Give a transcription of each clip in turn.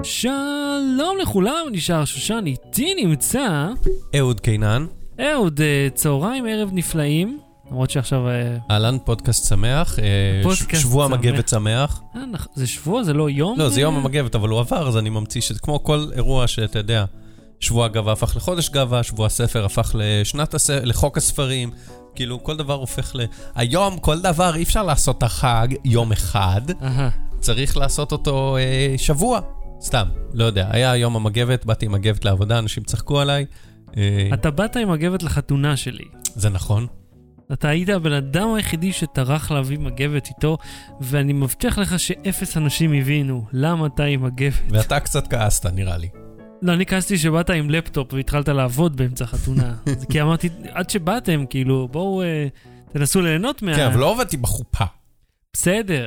שלום לכולם, נשאר שושן, איתי נמצא אהוד קינן. אהוד, צהריים ערב נפלאים, למרות שעכשיו אהלן, פודקאסט שמח, שבוע המגבת שמח. זה שבוע, זה לא יום? לא, זה יום המגבת, אבל הוא עבר, אז אני ממציא שכמו כל אירוע שאתה יודע, שבוע הגאווה הפך לחודש גאווה, שבוע הספר הפך לחוק הספרים, כאילו כל דבר הופך היום כל דבר אי אפשר לעשות את החג יום אחד, צריך לעשות אותו שבוע. סתם, לא יודע, היה יום המגבת, באתי עם מגבת לעבודה, אנשים צחקו עליי. אתה באת עם מגבת לחתונה שלי. זה נכון. אתה היית הבן אדם היחידי שטרח להביא מגבת איתו, ואני מבטיח לך שאפס אנשים הבינו למה אתה עם מגבת. ואתה קצת כעסת, נראה לי. לא, אני כעסתי שבאת עם לפטופ והתחלת לעבוד באמצע חתונה. כי אמרתי, עד שבאתם, כאילו, בואו תנסו ליהנות מה... כן, אבל לא עבדתי בחופה. בסדר.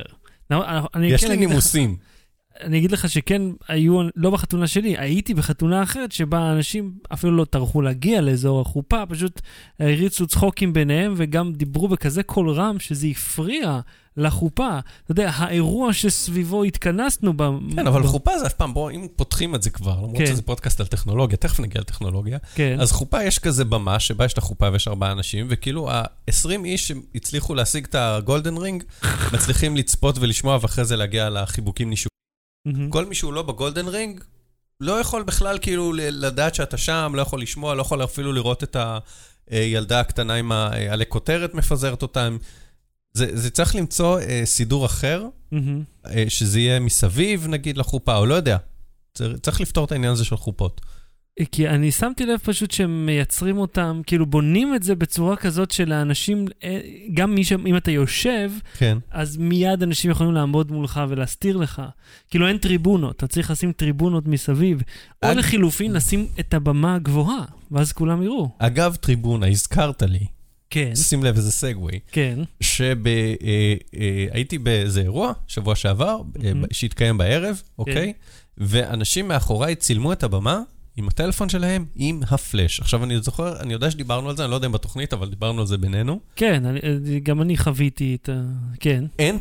יש לי נימוסים. אני אגיד לך שכן היו, לא בחתונה שלי, הייתי בחתונה אחרת שבה אנשים אפילו לא טרחו להגיע לאזור החופה, פשוט הריצו צחוקים ביניהם וגם דיברו בכזה קול רם שזה הפריע לחופה. אתה יודע, האירוע שסביבו התכנסנו כן, אבל חופה זה אף פעם, בואו, אם פותחים את זה כבר, למרות שזה פודקאסט על טכנולוגיה, תכף נגיע לטכנולוגיה, אז חופה יש כזה במה שבה יש את החופה ויש 4 אנשים, וכאילו ה-20 איש שהצליחו להשיג את הגולדן רינג, מצליחים לצפות ולשמוע ואחרי זה להגיע לחיבוקים נישוקים. כל מי שהוא לא בגולדן רינג, לא יכול בכלל כאילו לדעת שאתה שם, לא יכול לשמוע, לא יכול אפילו לראות את הילדה הקטנה עם העלי כותרת מפזרת אותם. זה צריך למצוא סידור אחר, שזה יהיה מסביב נגיד לחופה, או לא יודע. צריך לפתור את העניין הזה של חופות. כי אני שמתי לב פשוט שהם מייצרים אותם, כאילו בונים את זה בצורה כזאת של האנשים, גם אם אתה יושב, כן. אז מיד אנשים יכולים לעמוד מולך ולהסתיר לך. כאילו אין טריבונות, אתה צריך לשים טריבונות מסביב, או לחילופין לשים את הבמה הגבוהה, ואז כולם יראו. אגב טריבונה, הזכרת לי. כן. שים לב איזה סגווי. כן. הייתי באיזה אירוע, שבוע שעבר, שהתקיים בערב, אוקיי? ואנשים מאחוריי צילמו את הבמה, עם הטלפון שלהם, עם הפלש. עכשיו אני זוכר, אני יודע שדיברנו על זה, אני לא יודע אם בתוכנית, אבל דיברנו על זה בינינו. כן, גם אני חוויתי את כן. אין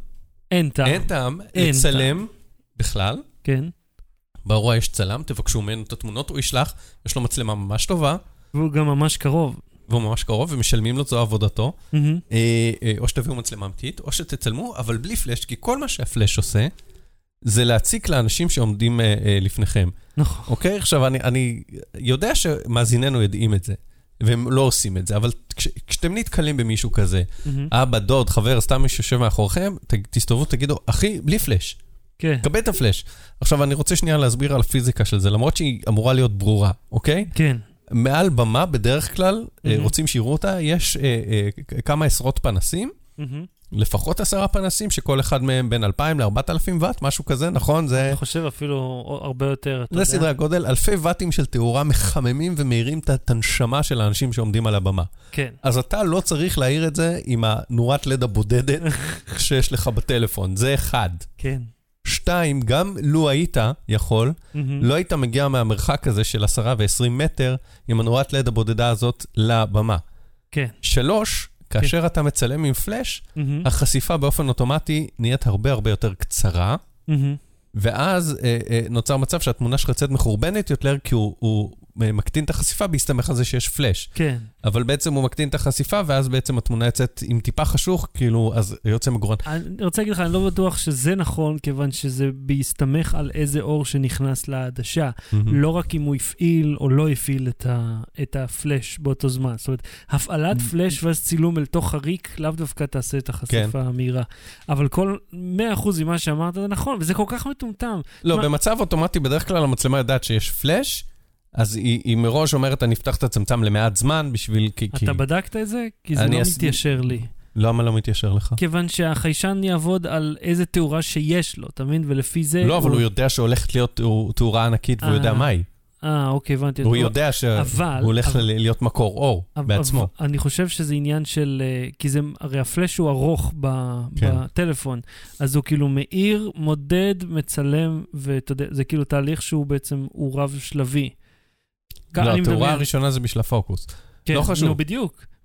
טעם לצלם בכלל. כן. באירוע יש צלם, תבקשו ממנו את התמונות, הוא ישלח, יש לו מצלמה ממש טובה. והוא גם ממש קרוב. ומשלמים לו זו עבודתו. או שתביאו מצלמה אמיתית, או שתצלמו, אבל בלי פלש, כי כל מה שהפלש עושה, זה להציק לאנשים שעומדים לפניכם. נכון. אוקיי? עכשיו, אני יודע שמאזיננו יודעים את זה, והם לא עושים את זה, אבל כשאתם נתקלים במישהו כזה, אבא, דוד, חבר, סתם מישהו שיושב מאחורכם, תסתובבו, תגידו, אחי, בלי פלש. כן. קבל את הפלש. עכשיו, אני רוצה שנייה להסביר על הפיזיקה של זה, למרות שהיא אמורה להיות ברורה, אוקיי? כן. מעל במה, בדרך כלל, רוצים שיראו אותה, יש כמה עשרות פנסים, לפחות 10 פנסים, שכל אחד מהם בין 2,000 ל-4,000 וואט, משהו כזה, נכון? אני חושב אפילו הרבה יותר. זה סדרי הגודל, אלפי וואטים של תאורה מחממים ומאירים את הנשמה של האנשים שעומדים על הבמה. כן. אז אתה לא צריך להעיר את זה עם הנורת לד הבודדת שיש לך בטלפון, זה 1. כן. 2, גם לו היית יכול, לא היית מגיע מהמרחק הזה של 10 ו-20 מטר עם הנורת לד הבודדה הזאת לבמה. כן. 3, כאשר אתה מצלם עם פלש, החשיפה באופן אוטומטי נהיית הרבה הרבה יותר קצרה, ואז נוצר מצב שהתמונה שלך יוצאת מחורבנת יותר, כי הוא מקטין את החשיפה בהסתמך על זה שיש פלש. כן. אבל בעצם הוא מקטין את החשיפה, ואז בעצם התמונה יוצאת עם טיפה חשוך, כאילו, אז יוצא מגורן. אני רוצה להגיד לך, אני לא בטוח שזה נכון, כיוון שזה בהסתמך על איזה אור שנכנס לעדשה. לא רק אם הוא הפעיל או לא הפעיל את הפלש באותו זמן. זאת אומרת, הפעלת פלש ואז צילום אל תוך הריק, לאו דווקא תעשה את החשיפה המהירה. אבל כל 100% ממה שאמרת זה נכון, וזה כל כך מטומטם. לא, במצב אוטומטי, בדרך כלל המצלמה יודעת שיש פלש, אז היא מראש אומרת, אני אפתח את הצמצם למעט זמן בשביל... אתה בדקת את זה? כי זה לא מתיישר לי. למה לא מתיישר לך? כיוון שהחיישן יעבוד על איזה תאורה שיש לו, תמיין? ולפי זה... לא, אבל הוא יודע שהולכת להיות תאורה ענקית, והוא יודע מה היא. אוקיי, הבנתי. הוא יודע שהוא הולך להיות מקור אור בעצמו. אני חושב שזה עניין של... כי זה, הרי הפלש הוא ארוך בטלפון, אז הוא כאילו מאיר, מודד, מצלם, וזה כאילו תהליך שהוא בעצם, הוא רב שלבי. לא, התאורה הראשונה זה בשביל הפוקוס. כן, לא בדיוק.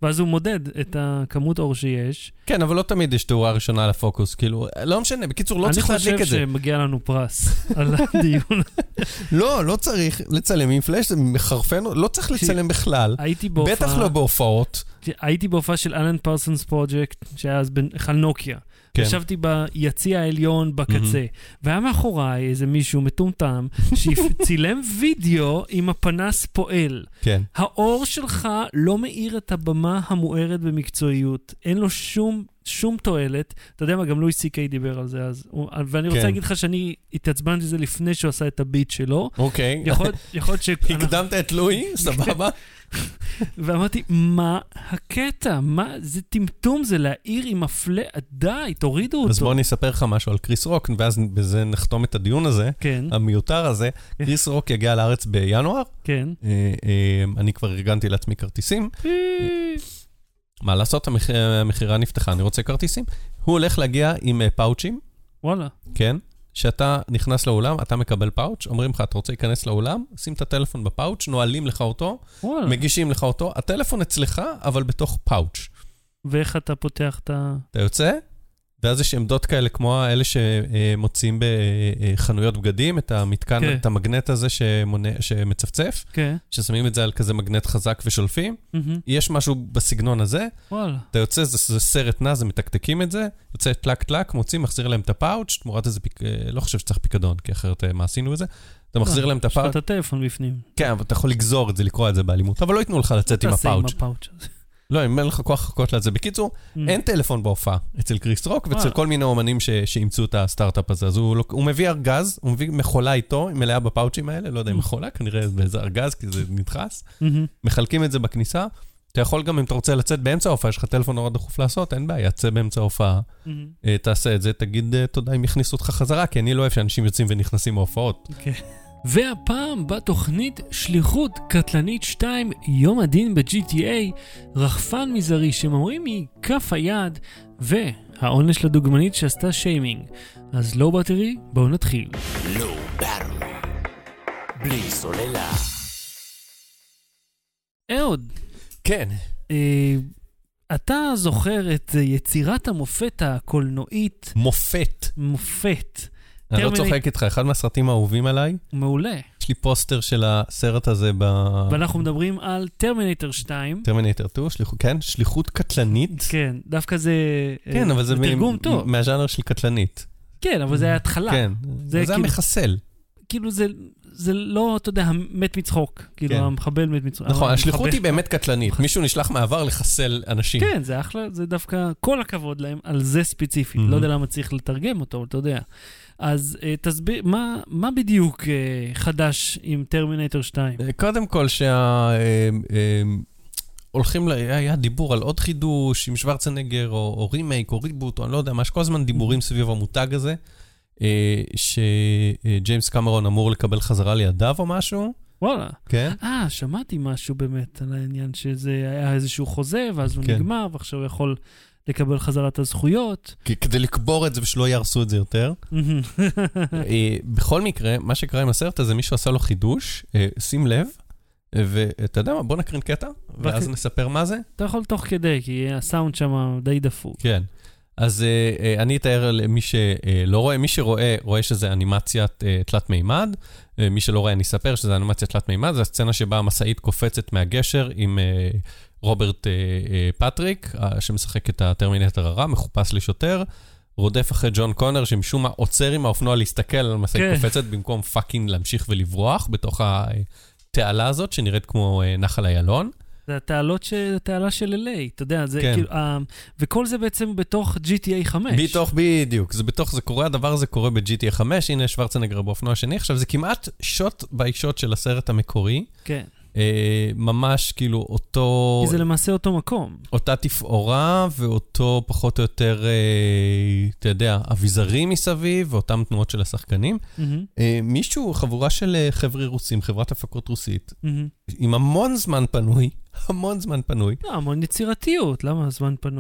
ואז הוא מודד את הכמות אור שיש. כן, אבל לא תמיד יש תאורה ראשונה לפוקוס, כאילו, לא משנה, בקיצור, לא צריך להדליק את זה. אני חושב שמגיע לנו פרס על הדיון. לא צריך לצלם עם פלאש, זה מחרפן, לא צריך לצלם בכלל. בטח לא בהופעות. הייתי בהופעה של אלן פרסונס פרוג'קט, שהיה אז בכלל נוקיה. ישבתי ביציע העליון בקצה, והיה מאחוריי איזה מישהו מטומטם, שצילם וידאו עם הפנס פועל. כן. האור שלך לא מאיר את הבמה המוארת במקצועיות. אין לו שום תועלת. אתה יודע מה, גם לואי סי-קיי דיבר על זה אז. ואני רוצה להגיד לך שאני התעצבנתי זה לפני שהוא עשה את הביט שלו. אוקיי. יכול להיות הקדמת את לואי, סבבה. ואמרתי, מה הקטע? מה? זה טמטום, זה להעיר עם מפלה, די, תורידו אותו. אז בוא נספר לך משהו על קריס רוק, ואז בזה נחתום את הדיון הזה, המיותר הזה. קריס רוק יגיע לארץ בינואר. כן. אני כבר ארגנתי לעצמי כרטיסים. מה לעשות? המחירה נפתחה, אני רוצה כרטיסים. הוא הולך להגיע עם פאוצ'ים. וואלה. כן. שאתה נכנס לאולם, אתה מקבל פאוץ', אומרים לך, אתה רוצה להיכנס לאולם, שים את הטלפון בפאוץ', נועלים לך אותו, מגישים לך אותו, הטלפון אצלך, אבל בתוך פאוץ'. ואיך אתה פותח את ה... אתה יוצא, ואז יש עמדות כאלה, כמו האלה שמוצאים בחנויות בגדים, את המתקן, את המגנט הזה שמצפצף, ששמים את זה על כזה מגנט חזק ושולפים. יש משהו בסגנון הזה. אתה יוצא, זה סרט נע, זה מתקתקים את זה, יוצא טלק, מוצאים, מחזיר להם את הפאוץ', תמורת איזה, לא חושב שצריך פיקדון, כי אחרת מה עשינו את זה? אתה מחזיר להם את הפאוץ'. יש לך את הטלפון בפנים. כן, אבל אתה יכול לגזור את זה, לקרוא את זה באלימות, אבל לא ייתנו לך לצאת עם הפאוץ'. לא, אם אין לך כוח לחכות לזה. בקיצור, אין טלפון בהופעה אצל קריס רוק, ואצל כל מיני אומנים שאימצו את הסטארט-אפ הזה. אז הוא מביא ארגז, הוא מביא מכולה איתו, מלאה בפאוצ'ים האלה, לא יודע אם מכולה, כנראה באיזה ארגז, כי זה נדחס. מחלקים את זה בכניסה. אתה יכול גם, אם אתה רוצה לצאת באמצע ההופעה, יש לך טלפון נורא דחוף לעשות, אין בעיה, יצא באמצע ההופעה, תעשה את זה, תגיד תודה אם יכניסו אותך חזרה, כי אני לא אוהב שאנשים יוצאים ונכנסים מההופעות. והפעם בתוכנית שליחות קטלנית 2 יום הדין ב-GTA, רחפן מזערי שממרים מכף היד והעונש לדוגמנית שעשתה שיימינג. אז לא בטרי, בואו נתחיל. לא בטרי, בלי סוללה. אהוד. כן. אתה זוכר את יצירת המופת הקולנועית? מופת. אני לא צוחק איתך, אחד מהסרטים האהובים עליי. מעולה. יש לי פוסטר של הסרט הזה ואנחנו מדברים על טרמינטור 2. טרמינטור 2, כן, שליחות קטלנית. כן, דווקא זה... כן, אבל זה תרגום טוב. מהז'אנר של קטלנית. כן, אבל זה היה התחלה. כן, זה המחסל. כאילו זה לא, אתה יודע, מת מצחוק. כאילו, המחבל מת מצחוק. נכון, השליחות היא באמת קטלנית. מישהו נשלח מעבר לחסל אנשים. כן, זה אחלה, זה דווקא כל הכבוד להם על זה ספציפית. לא יודע למה צריך לתרגם אותו, אבל אתה יודע. אז תסביר, מה בדיוק חדש עם טרמינטור 2? קודם כל הולכים, היה דיבור על עוד חידוש עם שוורצנגר, או רימייק, או ריבוט, או אני לא יודע, מה שכל הזמן דיבורים סביב המותג הזה, שג'יימס קמרון אמור לקבל חזרה לידיו או משהו. וואלה. כן? שמעתי משהו באמת על העניין שזה היה איזשהו חוזה, ואז הוא נגמר, ועכשיו הוא יכול לקבל חזרת הזכויות. כדי לקבור את זה ושלא ירסו את זה יותר. בכל מקרה, מה שקרה עם הסרט הזה, מישהו עשה לו חידוש, שים לב, ואתה יודע מה, בוא נקרין קטע, ואז נספר מה זה. אתה יכול תוך כדי, כי הסאונד שם די דפוק. כן. אז אני אתאר למי שלא רואה, מי שרואה, רואה שזה אנימציית תלת מימד, מי שלא רואה, אני אספר שזה אנימציית תלת מימד, זו הסצנה שבה המסעית קופצת מהגשר עם רוברט פטריק, שמשחק את הטרמינטור הרע, מחופש לשוטר, רודף אחרי ג'ון קונר, שמשום מה עוצר עם האופנוע להסתכל על המסעית קופצת, במקום פאקינג להמשיך ולברוח בתוך התעלה הזאת, שנראית כמו נחל איילון. זה התעלה של LA, אתה יודע, זה כאילו, וכל זה בעצם בתוך GTA 5. בדיוק, זה קורה, הדבר הזה קורה ב-GTA 5, הנה שוורצנגר באופנוע השני, עכשיו זה כמעט שוט ביי-שוט של הסרט המקורי. כן. ממש כאילו אותו... כי זה למעשה אותו מקום. אותה תפאורה ואותו פחות או יותר, אתה יודע, אביזרים מסביב, ואותם תנועות של השחקנים. מישהו, חבורה של חבר'ה רוסים, חברת הפקות רוסית, עם המון זמן פנוי, המון זמן פנוי. המון יצירתיות, למה הזמן פנוי?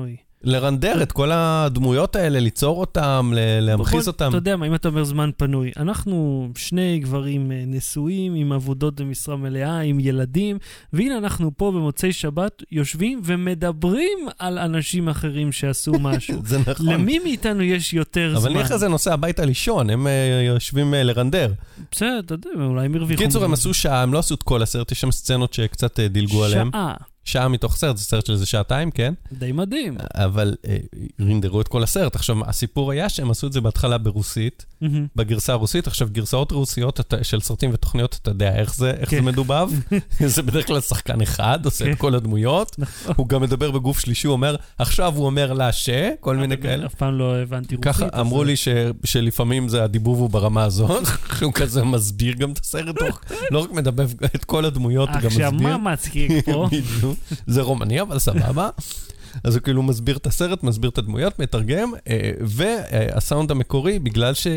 לרנדר את כל הדמויות האלה, ליצור אותם, להמחיז אותם. אתה יודע מה, אם אתה אומר זמן פנוי, אנחנו שני גברים נשואים, עם עבודות במשרה מלאה, עם ילדים, והנה אנחנו פה במוצאי שבת יושבים ומדברים על אנשים אחרים שעשו משהו. זה נכון. למי מאיתנו יש יותר זמן? אבל איך זה נוסע הביתה לישון, הם יושבים לרנדר. בסדר, אתה יודע, אולי הם הרוויחו. קיצור, הם עשו שעה, הם לא עשו את כל הסרט, יש שם סצנות שקצת דילגו עליהם. שעה מתוך סרט, זה סרט של איזה שעתיים, כן? די מדהים. אבל רינדרו את כל הסרט. עכשיו, הסיפור היה שהם עשו את זה בהתחלה ברוסית, בגרסה הרוסית. עכשיו, גרסאות רוסיות של סרטים ותוכניות, אתה יודע איך זה מדובב? זה בדרך כלל שחקן אחד, עושה את כל הדמויות. הוא גם מדבר בגוף שלישי, הוא אומר, עכשיו הוא אומר לה כל מיני כאלה. אף פעם לא הבנתי רוסית. ככה אמרו לי שלפעמים זה הדיבוב הוא ברמה הזאת, שהוא כזה מסביר גם את הסרט, לא רק מדבר את כל הדמויות, גם מסביר. עכשיו, מה מצחיק פה? זה רומני, אבל סבבה. אז הוא כאילו מסביר את הסרט, מסביר את הדמויות, מתרגם, והסאונד המקורי, בגלל ש...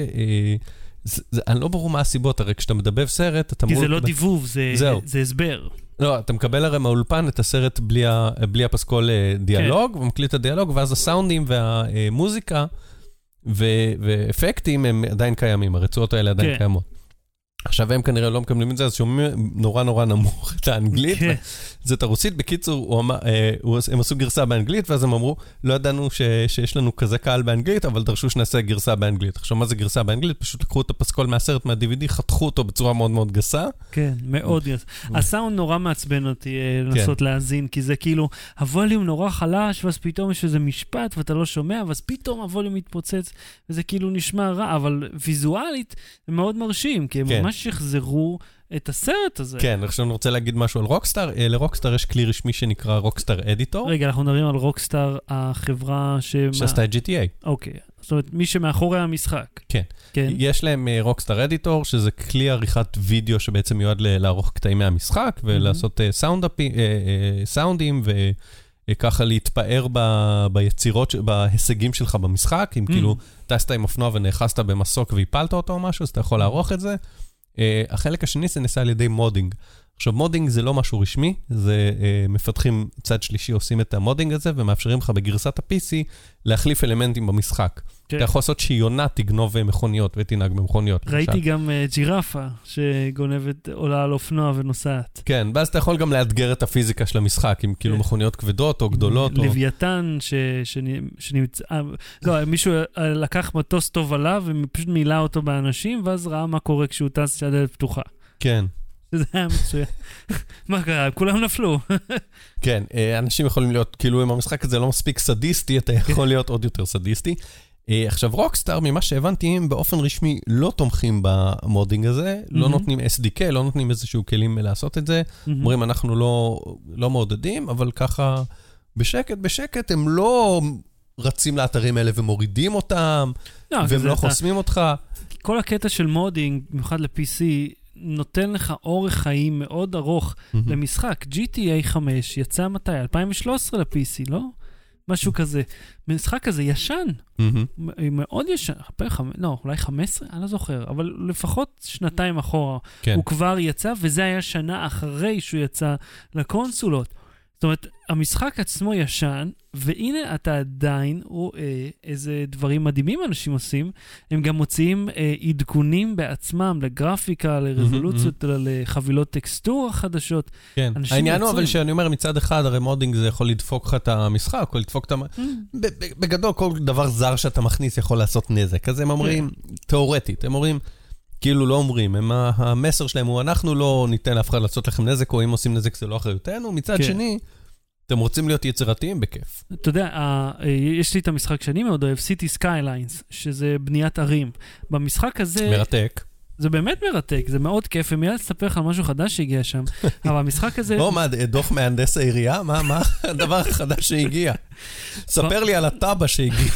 אני לא ברור מה הסיבות, הרי כשאתה מדבב סרט, אתה... כי זה לא דיבוב, זה הסבר. לא, אתה מקבל הרי מהאולפן את הסרט בלי הפסקול דיאלוג, ומקליט את הדיאלוג, ואז הסאונדים והמוזיקה ואפקטים הם עדיין קיימים, הרצועות האלה עדיין קיימות. עכשיו הם כנראה לא מקבלים את זה, אז שומעים נורא נורא נמוך את האנגלית, זה את הרוסית. בקיצור, הם עשו גרסה באנגלית, ואז הם אמרו, לא ידענו שיש לנו כזה קהל באנגלית, אבל דרשו שנעשה גרסה באנגלית. עכשיו, מה זה גרסה באנגלית? פשוט לקחו את הפסקול מהסרט, מה-DVD, חתכו אותו בצורה מאוד מאוד גסה. כן, מאוד גס. הסאונד נורא מעצבן אותי לנסות להאזין, כי זה כאילו, הווליום נורא חלש, ואז פתאום יש איזה משפט, ואתה לא שומע, ואז פתאום הווליום מתפוצץ, וזה כאילו נשמע רע, אבל ויזואלית זה מאוד מרשים, כי הם ממש שחזרו את הסרט הזה. כן, עכשיו אני רוצה להגיד משהו על רוקסטאר. לרוקסטאר יש כלי רשמי שנקרא רוקסטאר אדיטור. רגע, אנחנו מדברים על רוקסטאר, החברה שעשתה את GTA. אוקיי, זאת אומרת, מי שמאחורי המשחק. כן. יש להם רוקסטאר אדיטור, שזה כלי עריכת וידאו שבעצם מיועד לערוך קטעים מהמשחק, ולעשות סאונדים, וככה להתפאר ביצירות, בהישגים שלך במשחק, אם כאילו טסת עם אופנוע ונאחזת במסוק והפלת אותו או משהו, אז אתה יכול לערוך את זה. החלק השני זה נעשה על ידי מודינג. עכשיו, מודינג זה לא משהו רשמי, זה מפתחים צד שלישי, עושים את המודינג הזה, ומאפשרים לך בגרסת ה-PC להחליף אלמנטים במשחק. אתה יכול לעשות שיונה תגנוב מכוניות ותנהג במכוניות. ראיתי גם ג'ירפה שגונבת, עולה על אופנוע ונוסעת. כן, ואז אתה יכול גם לאתגר את הפיזיקה של המשחק, עם כאילו מכוניות כבדות או גדולות. לוויתן שנמצא... לא, מישהו לקח מטוס טוב עליו, ופשוט מילא אותו באנשים, ואז ראה מה קורה כשהוא טס שהדלת פתוחה. כן. זה היה מצוין. מה קרה? כולם נפלו. כן, אנשים יכולים להיות, כאילו אם המשחק הזה לא מספיק סדיסטי, אתה יכול להיות עוד יותר סדיסטי. עכשיו, רוקסטאר, ממה שהבנתי, הם באופן רשמי לא תומכים במודינג הזה, לא נותנים SDK, לא נותנים איזשהו כלים לעשות את זה. אומרים, אנחנו לא מעודדים, אבל ככה, בשקט, הם לא רצים לאתרים האלה ומורידים אותם, והם לא חוסמים אותך. כל הקטע של מודינג, במיוחד ל-PC, נותן לך אורך חיים מאוד ארוך למשחק. GTA 5 יצא מתי? 2013 ל-PC, לא? משהו כזה. משחק כזה ישן. מאוד ישן. לא, אולי 15? אני לא זוכר. אבל לפחות שנתיים אחורה. הוא כבר יצא, וזה היה שנה אחרי שהוא יצא לקונסולות. זאת אומרת, המשחק עצמו ישן, והנה אתה עדיין רואה איזה דברים מדהימים אנשים עושים, הם גם מוציאים עדכונים בעצמם, לגרפיקה, לרזולוציות, לחבילות טקסטורה חדשות. כן, העניין הוא אבל שאני אומר מצד אחד, הרי מודינג זה יכול לדפוק לך את המשחק, או לדפוק את בגדול, כל דבר זר שאתה מכניס יכול לעשות נזק. אז הם אומרים, תיאורטית, הם אומרים, כאילו לא אומרים, המסר שלהם הוא, אנחנו לא ניתן לאף אחד לעשות לכם נזק, או אם עושים נזק זה לא אחריותנו. מצד שני, אתם רוצים להיות יצירתיים בכיף. אתה יודע, יש לי את המשחק שאני מאוד אוהב, City Skylines, שזה בניית ערים. במשחק הזה... מרתק. זה באמת מרתק, זה מאוד כיף, ומיד לספר לך על משהו חדש שהגיע שם. אבל המשחק הזה... או מה, דוח מהנדס העירייה? מה הדבר החדש שהגיע? ספר לי על הטאבה שהגיע.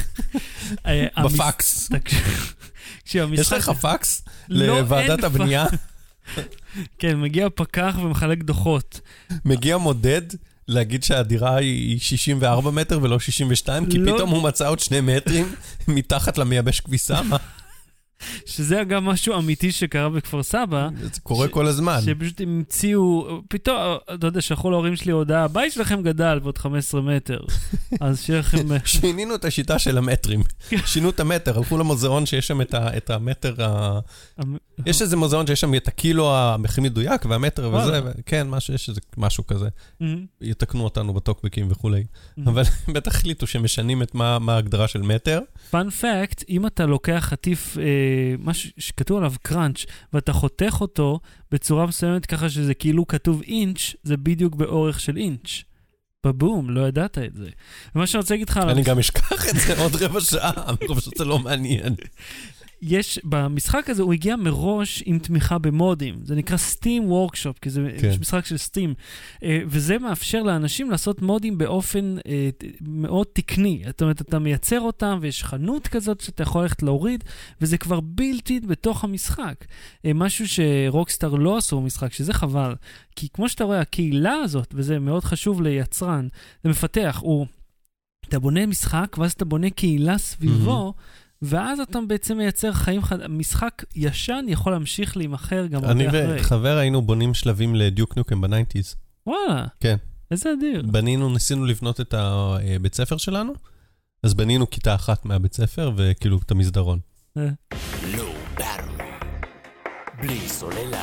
בפקס. יש לך פקס לוועדת הבנייה? כן, מגיע פקח ומחלק דוחות. מגיע מודד להגיד שהדירה היא 64 מטר ולא 62, כי פתאום הוא מצא עוד 2 מטרים מתחת למייבש כביסה, מה? שזה גם משהו אמיתי שקרה בכפר סבא. זה קורה כל הזמן. שפשוט המציאו, פתאום, אתה יודע, שלחו להורים שלי הודעה, הבית שלכם גדל בעוד 15 מטר. אז שיהיה לכם... שינינו את השיטה של המטרים. שינו את המטר, הלכו למוזיאון שיש שם את המטר יש איזה מוזיאון שיש שם את הקילו הכי מדויק, והמטר וזה, כן, יש איזה משהו כזה. יתקנו אותנו בטוקבקים וכולי. אבל בטח החליטו שמשנים את מה ההגדרה של מטר. פאנ פקט, אם אתה לוקח חטיף, משהו שכתוב עליו קראנץ', ואתה חותך אותו בצורה מסוימת ככה שזה כאילו כתוב אינץ', זה בדיוק באורך של אינץ'. בבום, לא ידעת את זה. ומה שאני רוצה להגיד לך... אני גם אשכח את זה עוד רבע שעה, פשוט זה לא מעניין. יש, במשחק הזה הוא הגיע מראש עם תמיכה במודים, זה נקרא Steam Workshop, כי זה משחק של Steam, וזה מאפשר לאנשים לעשות מודים באופן מאוד תקני, זאת אומרת, אתה מייצר אותם, ויש חנות כזאת שאתה יכול ללכת להוריד, וזה כבר בלתי בתוך המשחק, משהו שרוקסטאר לא עשו במשחק, שזה חבל, כי כמו שאתה רואה, הקהילה הזאת, וזה מאוד חשוב ליצרן, זה מפתח, אתה בונה משחק, ואז אתה בונה קהילה סביבו, ואז אתה בעצם מייצר חיים משחק ישן יכול להמשיך להימחר גם הרבה אחרי. אני וחבר היינו בונים שלבים לדיוק נוקם ב-90s. וואלה. כן. איזה אדיר. ניסינו לבנות את הבית ספר שלנו, אז בנינו כיתה אחת מהבית ספר, וכאילו את המסדרון. לא ברור. בלי סוללה.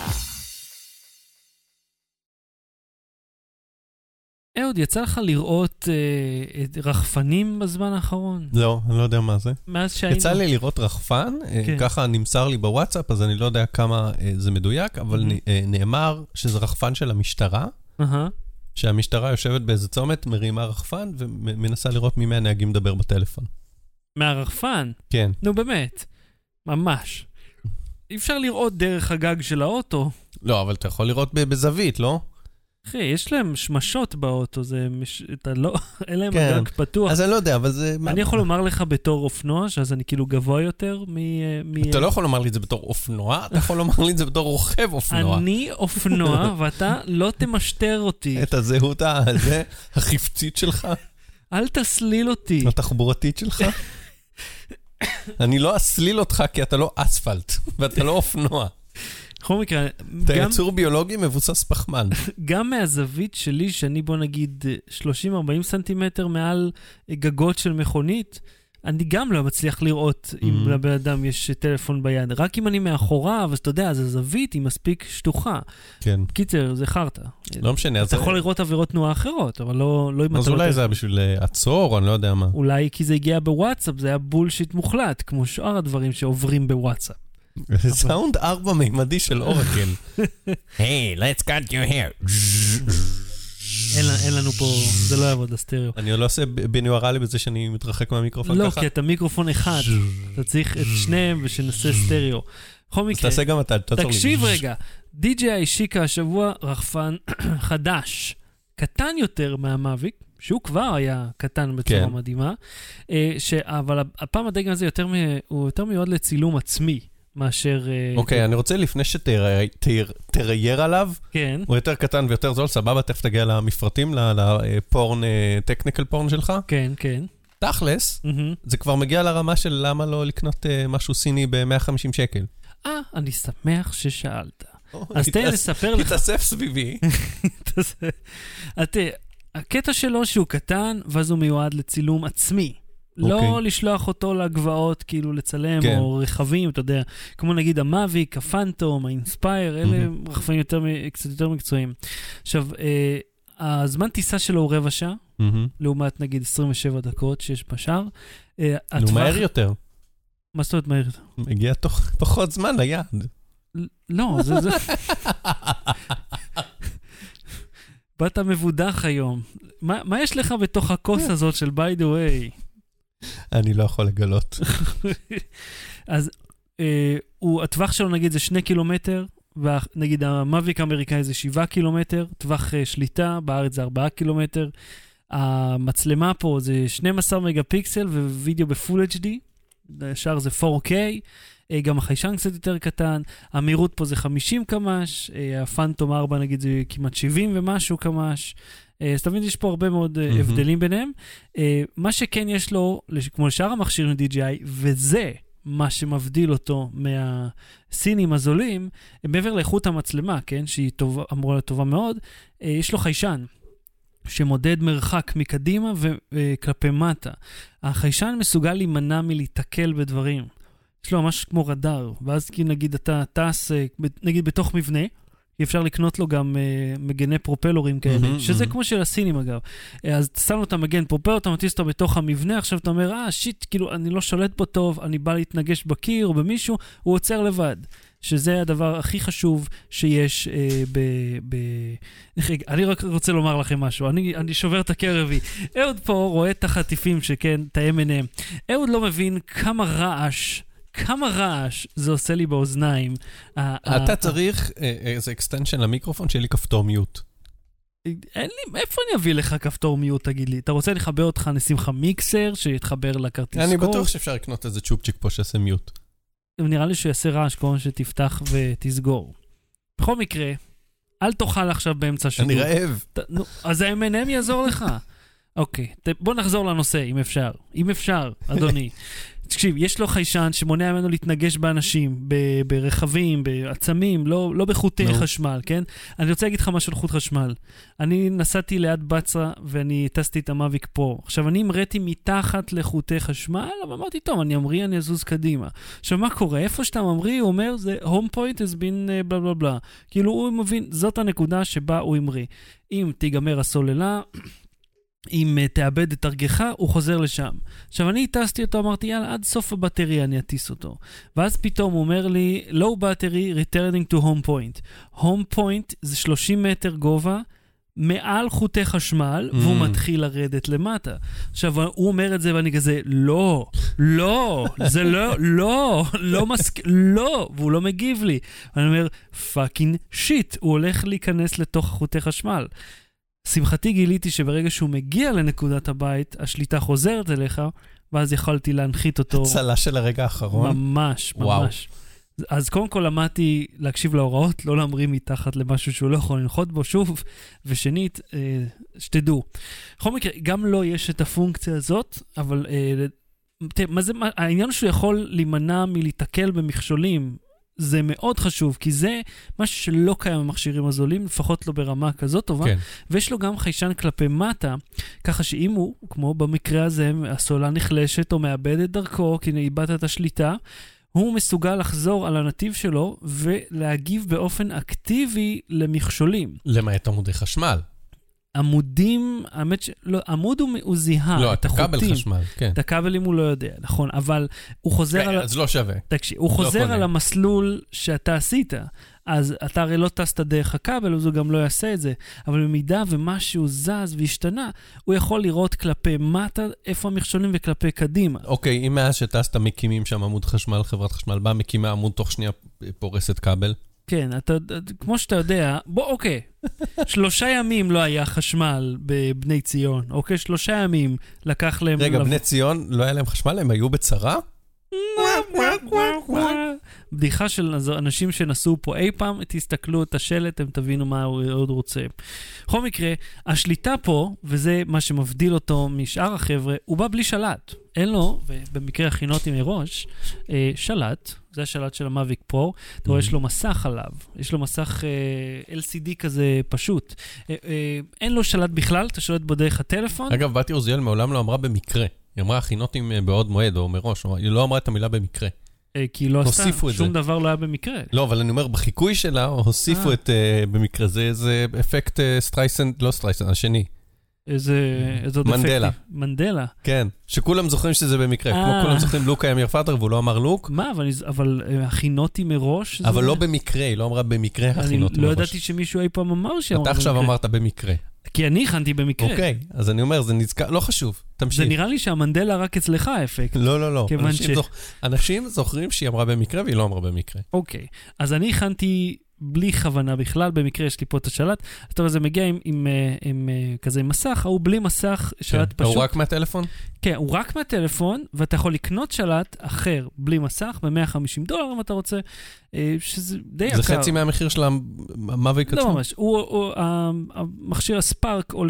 אהוד, יצא לך לראות רחפנים בזמן האחרון? לא, אני לא יודע מה זה. מאז שהיינו... יצא לי לראות רחפן, ככה נמסר לי בוואטסאפ, אז אני לא יודע כמה זה מדויק, אבל נאמר שזה רחפן של המשטרה, שהמשטרה יושבת באיזה צומת, מרימה רחפן, ומנסה לראות מי מהנהגים מדבר בטלפון. מהרחפן? כן. נו באמת, ממש. אי אפשר לראות דרך הגג של האוטו. לא, אבל אתה יכול לראות בזווית, לא? אחי, יש להם שמשות באוטו, אתה לא, אין להם הגג פתוח. אז אני לא יודע, אבל זה... אני יכול לומר לך בתור אופנוע, שאז אני כאילו גבוה יותר אתה לא יכול לומר לי את זה בתור אופנוע, אתה יכול לומר לי את זה בתור רוכב אופנוע. אני אופנוע, ואתה לא תמשטר אותי. את הזהות החפצית שלך? אל תסליל אותי. התחבורתית שלך? אני לא אסליל אותך כי אתה לא אספלט, ואתה לא אופנוע. בכל מקרה, אתה יצור ביולוגי מבוסס פחמן. גם מהזווית שלי, שאני בוא נגיד 30-40 סנטימטר מעל גגות של מכונית, אני גם לא מצליח לראות אם לבן אדם יש טלפון ביד. רק אם אני מאחוריו, אז אתה יודע, אז הזווית היא מספיק שטוחה. כן. קיצר, זה חרטה. לא משנה. אתה יכול לראות עבירות תנועה אחרות, אבל לא אם אתה... אז אולי זה היה בשביל לעצור, אני לא יודע מה. אולי כי זה הגיע בוואטסאפ, זה היה בולשיט מוחלט, כמו שאר הדברים שעוברים בוואטסאפ. זה סאונד 4-מימדי של אורקל. Hey, let's cut your hair. אין לנו פה, זה לא יעבוד הסטריאו. אני לא עושה בניוארלי בזה שאני מתרחק מהמיקרופון ככה? לא, כי אתה מיקרופון אחד. אתה צריך את שניהם ושנעשה סטריאו. בכל מקרה, אז תעשה גם אתה. תקשיב רגע, DJI השיקה השבוע רחפן חדש, קטן יותר מהמאביק, שהוא כבר היה קטן בצורה מדהימה, אבל הפעם הדגם הזה הוא יותר מיועד לצילום עצמי. מאשר... אוקיי, אני רוצה לפני שתרייר עליו, כן. הוא יותר קטן ויותר זול, סבבה, תכף תגיע למפרטים, לפורן, טכניקל פורן שלך. כן, כן. תכלס, זה כבר מגיע לרמה של למה לא לקנות משהו סיני ב-150 שקל. אני שמח ששאלת. אז תן לספר לך... תתאסף סביבי. הקטע שלו שהוא קטן, ואז הוא מיועד לצילום עצמי. לא לשלוח אותו לגבעות, כאילו לצלם, או רכבים, אתה יודע, כמו נגיד המאביק, הפנטום, האינספייר, אלה רכבים קצת יותר מקצועיים. עכשיו, הזמן טיסה שלו הוא רבע שעה, לעומת נגיד 27 דקות שיש בשאר. הוא מהר יותר. מה זאת אומרת מהר יותר? מגיע תוך פחות זמן ליעד. לא, זה... באת מבודח היום. מה יש לך בתוך הכוס הזאת של by the way? אני לא יכול לגלות. אז הטווח שלו נגיד זה 2 קילומטר, ונגיד המאביק האמריקאי זה 7 קילומטר, טווח שליטה, בארץ זה 4 קילומטר, המצלמה פה זה 12 מגה פיקסל ווידאו בפול HD, השאר זה 4K, גם החיישן קצת יותר קטן, המהירות פה זה 50 קמ"ש, הפנטום 4 נגיד זה כמעט 70 ומשהו קמ"ש, אז תמיד יש פה הרבה מאוד הבדלים ביניהם. מה שכן יש לו, כמו לשאר המכשירים DJI, וזה מה שמבדיל אותו מהסינים הזולים, מעבר לאיכות המצלמה, כן, שהיא אמורה להיות טובה מאוד, יש לו חיישן. שמודד מרחק מקדימה וכלפי מטה. החיישן מסוגל להימנע מלהתקל בדברים. יש לו ממש כמו רדאר, ואז כי נגיד אתה טס, נגיד בתוך מבנה, אפשר לקנות לו גם מגני פרופלורים כאלה, שזה כמו של הסינים אגב. אז שם לו את המגן פרופלור, אתה מטיס אותו בתוך המבנה, עכשיו אתה אומר, שיט, כאילו אני לא שולט בו טוב, אני בא להתנגש בקיר או במישהו, הוא עוצר לבד. שזה הדבר הכי חשוב שיש אני רק רוצה לומר לכם משהו, אני שובר את הקרבי. אהוד פה רואה את החטיפים שכן, את ה-M&M. אהוד לא מבין כמה רעש זה עושה לי באוזניים. אתה צריך איזה אקסטנשן למיקרופון שיהיה לי כפתור מיוט. אין לי, איפה אני אביא לך כפתור מיוט, תגיד לי? אתה רוצה לחבר אותך, נשים לך מיקסר שיתחבר לכרטיס קול? אני בטוח שאפשר לקנות איזה צ'ופצ'יק פה שעשה מיוט. נראה לי שיעשה רעש כמו שתפתח ותסגור. בכל מקרה, אל תאכל עכשיו באמצע שידור. אני רעב. אז ה-M&M יעזור לך. אוקיי, בוא נחזור לנושא, אם אפשר. אם אפשר, אדוני. תקשיב, יש לו חיישן שמונע ממנו להתנגש באנשים, ברכבים, בעצמים, לא בחוטי חשמל, כן? אני רוצה להגיד לך משהו על חוט חשמל. אני נסעתי ליד בצרה ואני טסתי את המאביק פרו. עכשיו, אני אמרתי מתחת לחוטי חשמל, אבל אמרתי, טוב, אני אזוז קדימה. עכשיו, מה קורה? איפה שאתה ממריא, הוא אומר, זה home point has been בלה בלה בלה. כאילו, הוא מבין, זאת הנקודה שבה הוא אמריא. אם תיגמר הסוללה, אם תאבד את הרגך, הוא חוזר לשם. עכשיו, אני הטסתי אותו, אמרתי, יאללה, עד סוף הבטריה אני אטיס אותו. ואז פתאום הוא אומר לי, low battery returning to home point. home point זה 30 מטר גובה, מעל חוטי חשמל, והוא מתחיל לרדת למטה. עכשיו, הוא אומר את זה, ואני כזה, לא, זה לא, והוא לא מגיב לי. ואני אומר, fucking shit, הוא הולך להיכנס לתוך חוטי חשמל. שמחתי גיליתי שברגע שהוא מגיע לנקודת הבית, השליטה חוזרת אליך, ואז יכולתי להנחית אותו. הצלה של הרגע האחרון. ממש. אז קודם כל למדתי להקשיב להוראות, לא להמריא מתחת למשהו שהוא לא יכול לנחות בו שוב, ושנית, שתדעו. בכל מקרה, גם לא יש את הפונקציה הזאת, אבל העניין שהוא יכול להימנע מלהתקל במכשולים, זה מאוד חשוב, כי זה משהו שלא קיים במכשירים הזולים, לפחות לא ברמה כזאת טובה, כן. ויש לו גם חיישן כלפי מטה, ככה שאם הוא, כמו במקרה הזה, הסוללה נחלשת או מאבד את דרכו, כי איבדת את השליטה, הוא מסוגל לחזור על הנתיב שלו, ולהגיב באופן אקטיבי למכשולים. למעט עמודי חשמל. עמודים, האמת שלא, עמוד הוא זיהה. לא, את הכבל חשמל, כן. את הכבלים הוא לא יודע, נכון, אבל הוא חוזר על... אז לא שווה. תקשיב, הוא חוזר על המסלול שאתה עשית, אז אתה הרי לא טסת דרך הכבל, אז הוא גם לא יעשה את זה, אבל במידה ומשהו זז והשתנה, הוא יכול לראות כלפי מטה, איפה המכשולים וכלפי קדימה. אוקיי, אם מאז שטסת מקימים שם עמוד חשמל, חברת חשמל, בא מקימה עמוד תוך שנייה פורסת כבל? כן, כמו שאתה יודע, אוקיי, 3 ימים לא היה חשמל בבני ציון, אוקיי? 3 ימים לקח להם... רגע, בני ציון לא היה להם חשמל? הם היו בצרה? בדיחה של אנשים שנסעו פה אי פעם, תסתכלו את השלט, הם תבינו מה הוא עוד רוצה. בכל מקרה, השליטה פה, וזה מה שמבדיל אותו משאר החבר'ה, הוא בא בלי שלט. אין לו, ובמקרה הכינותי מראש, שלט, זה השלט של המאביק פרו, אתה רואה, יש לו מסך עליו, יש לו מסך LCD כזה פשוט. אין לו שלט בכלל, אתה שולט בו דרך הטלפון. אגב, באתי עוזיאל מעולם לא אמרה במקרה. היא אמרה הכינותים בעוד מועד או מראש, היא לא אמרה את המילה במקרה. כי היא לא עשתה, שום דבר לא היה במקרה. לא, אבל אני אומר, בחיקוי שלה הוסיפו את במקרה זה, איזה אפקט סטרייסנד, לא סטרייסנד, השני. איזה מנדלה. מנדלה. כן, שכולם זוכרים שזה במקרה. כמו כולם זוכרים לוק היה אמיר פאדר, והוא לא אמר לוק. מה, אבל הכינותי מראש... אבל לא במקרה, היא לא אמרה במקרה הכינותי מראש. אני לא ידעתי שמישהו אי פעם אמר שאמר במקרה. אתה עכשיו אמרת במקרה. כי אני הכנתי במקרה. אוקיי, אז אני אומר, זה נזכר, לא חשוב, תמשיך. זה נראה לי שהמנדלה רק אצלך האפקט. לא. אנשים זוכרים שהיא אמרה במקרה, והיא לא אמרה במקרה. אוקיי, אז אני הכנתי בלי כוונה בכלל, במקרה יש לי פה את השלט, אז טוב, זה מגיע עם כזה מסך, הוא בלי מסך, שלט פשוט. הוא רק מהטלפון? כן, הוא רק מהטלפון, ואתה יכול לקנות שלט אחר, בלי מסך, $150 אם אתה רוצה, שזה די יקר. זה חצי מהמחיר של המאביק עצמו? לא ממש, המכשיר הספארק עולה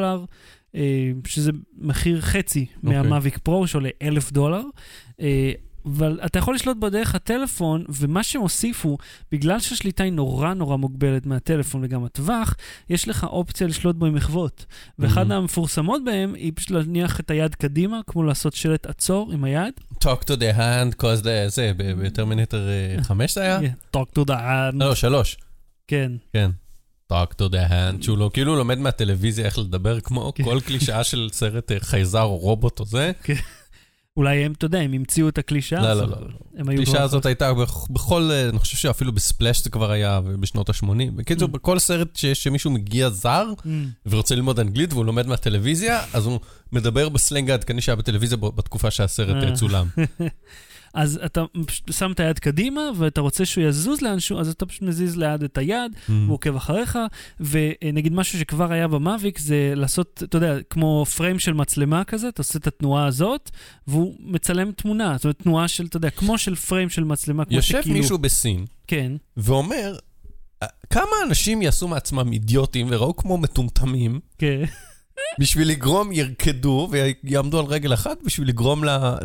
$500, שזה מחיר חצי מהמאביק פרו, שעולה $1,000, אבל אתה יכול לשלוט בדרך הטלפון, ומה שהם הוסיפו, בגלל שהשליטה היא נורא נורא מוגבלת מהטלפון וגם הטווח, יש לך אופציה לשלוט בו עם מחוות. ואחד המפורסמות בהם, היא פשוט להניח את היד קדימה, כמו לעשות שלט עצור עם היד. Talk to the hand, cause זה, בטרמינטור 5 זה היה? Talk to the hand. לא, 3. כן. כן. Talk to the hand, שהוא לא, כאילו לומד מהטלוויזיה איך לדבר, כמו כל קלישאה של סרט חייזר או רובוט או זה. כן. אולי הם, אתה יודע, הם המציאו את הקלישאה. לא. הקלישאה הזאת הייתה בכל, אני חושב שאפילו בספלאש זה כבר היה בשנות ה-80. בקיצור, בכל סרט שמישהו מגיע זר ורוצה ללמוד אנגלית והוא לומד מהטלוויזיה, אז הוא מדבר בסלנג העדכני שהיה בטלוויזיה בתקופה שהסרט צולם. אז אתה שם את היד קדימה, ואתה רוצה שהוא יזוז לאנשהו, אז אתה פשוט מזיז ליד את היד, והוא עוקב אחריך, ונגיד משהו שכבר היה במאביק, זה לעשות, אתה יודע, כמו פריים של מצלמה כזה, אתה עושה את התנועה הזאת, והוא מצלם תמונה, זאת אומרת, תנועה של, אתה יודע, כמו של פריים של מצלמה, כמו יושב מישהו בסין, כן. ואומר, כמה אנשים יעשו מעצמם אידיוטים, וראו כמו מטומטמים, כן. בשביל לגרום ירקדו ויעמדו על רגל אחת, בשביל לגרום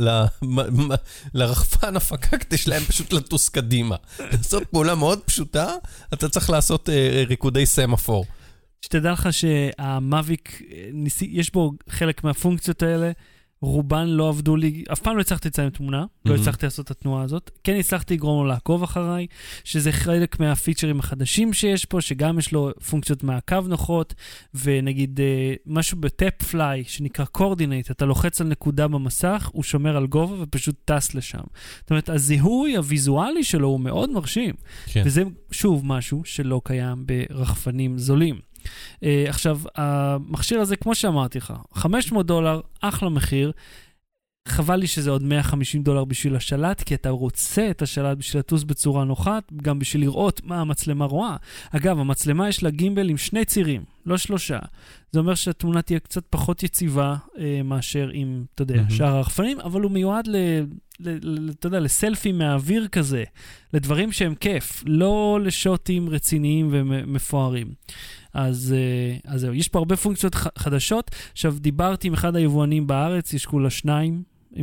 לרחפן הפקקטה שלהם פשוט לטוס קדימה. לעשות פעולה מאוד פשוטה, אתה צריך לעשות ריקודי סמאפור. שתדע לך שהמאביק, יש בו חלק מהפונקציות האלה, רובן לא עבדו לי, אף פעם לא הצלחתי לצלם תמונה, לא הצלחתי לעשות את התנועה הזאת, כן הצלחתי לגרום לו לעקוב אחריי, שזה חלק מהפיצ'רים החדשים שיש פה, שגם יש לו פונקציות מעקב נוחות, ונגיד משהו בטאפ פליי, שנקרא קורדינט, אתה לוחץ על נקודה במסך, הוא שומר על גובה ופשוט טס לשם. זאת אומרת, הזיהוי הוויזואלי שלו הוא מאוד מרשים, כן. וזה שוב משהו שלא קיים ברחפנים זולים. עכשיו, המכשיר הזה, כמו שאמרתי לך, $500, אחלה מחיר, חבל לי שזה עוד $150 בשביל השלט, כי אתה רוצה את השלט בשביל לטוס בצורה נוחה, גם בשביל לראות מה המצלמה רואה. אגב, המצלמה יש לה גימבל עם 2 צירים, לא 3. זה אומר שהתמונה תהיה קצת פחות יציבה מאשר עם, אתה יודע, שאר הרחפנים, אבל הוא מיועד אתה יודע, לסלפים מהאוויר כזה, לדברים שהם כיף, לא לשוטים רציניים ומפוארים. אז זהו, יש פה הרבה פונקציות חדשות. עכשיו, דיברתי עם אחד היבואנים בארץ, יש כולה 2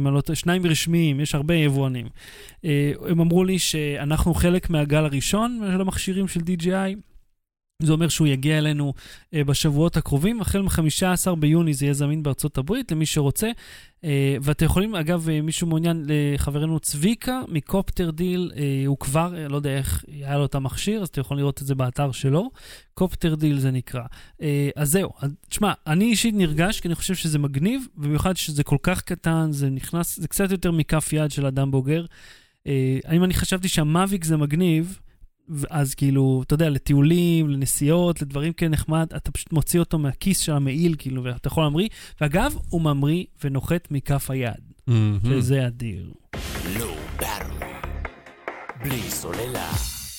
רשמיים, יש הרבה יבואנים. הם אמרו לי שאנחנו חלק מהגל הראשון של המכשירים של DJI, זה אומר שהוא יגיע אלינו בשבועות הקרובים, החל מ-15 ביוני זה יהיה זמין בארצות הברית, למי שרוצה, ואתם יכולים, אגב, מישהו מעוניין לחברנו צביקה, מקופטר דיל, הוא כבר, לא יודע איך היה לו את המכשיר, אז אתם יכולים לראות את זה באתר שלו, קופטר דיל זה נקרא. אז זהו, תשמע, אני אישית נרגש, כי אני חושב שזה מגניב, במיוחד שזה כל כך קטן, זה נכנס, זה קצת יותר מכף יד של אדם בוגר. אני חשבתי שהמאביק זה מגניב, אז כאילו, אתה יודע, לטיולים, לנסיעות, לדברים כאלה נחמד, אתה פשוט מוציא אותו מהכיס של המעיל, כאילו, ואתה יכול להמריא, ואגב, הוא ממריא ונוחת מכף היד, שזה אדיר. לא ברור, בלי סוללה.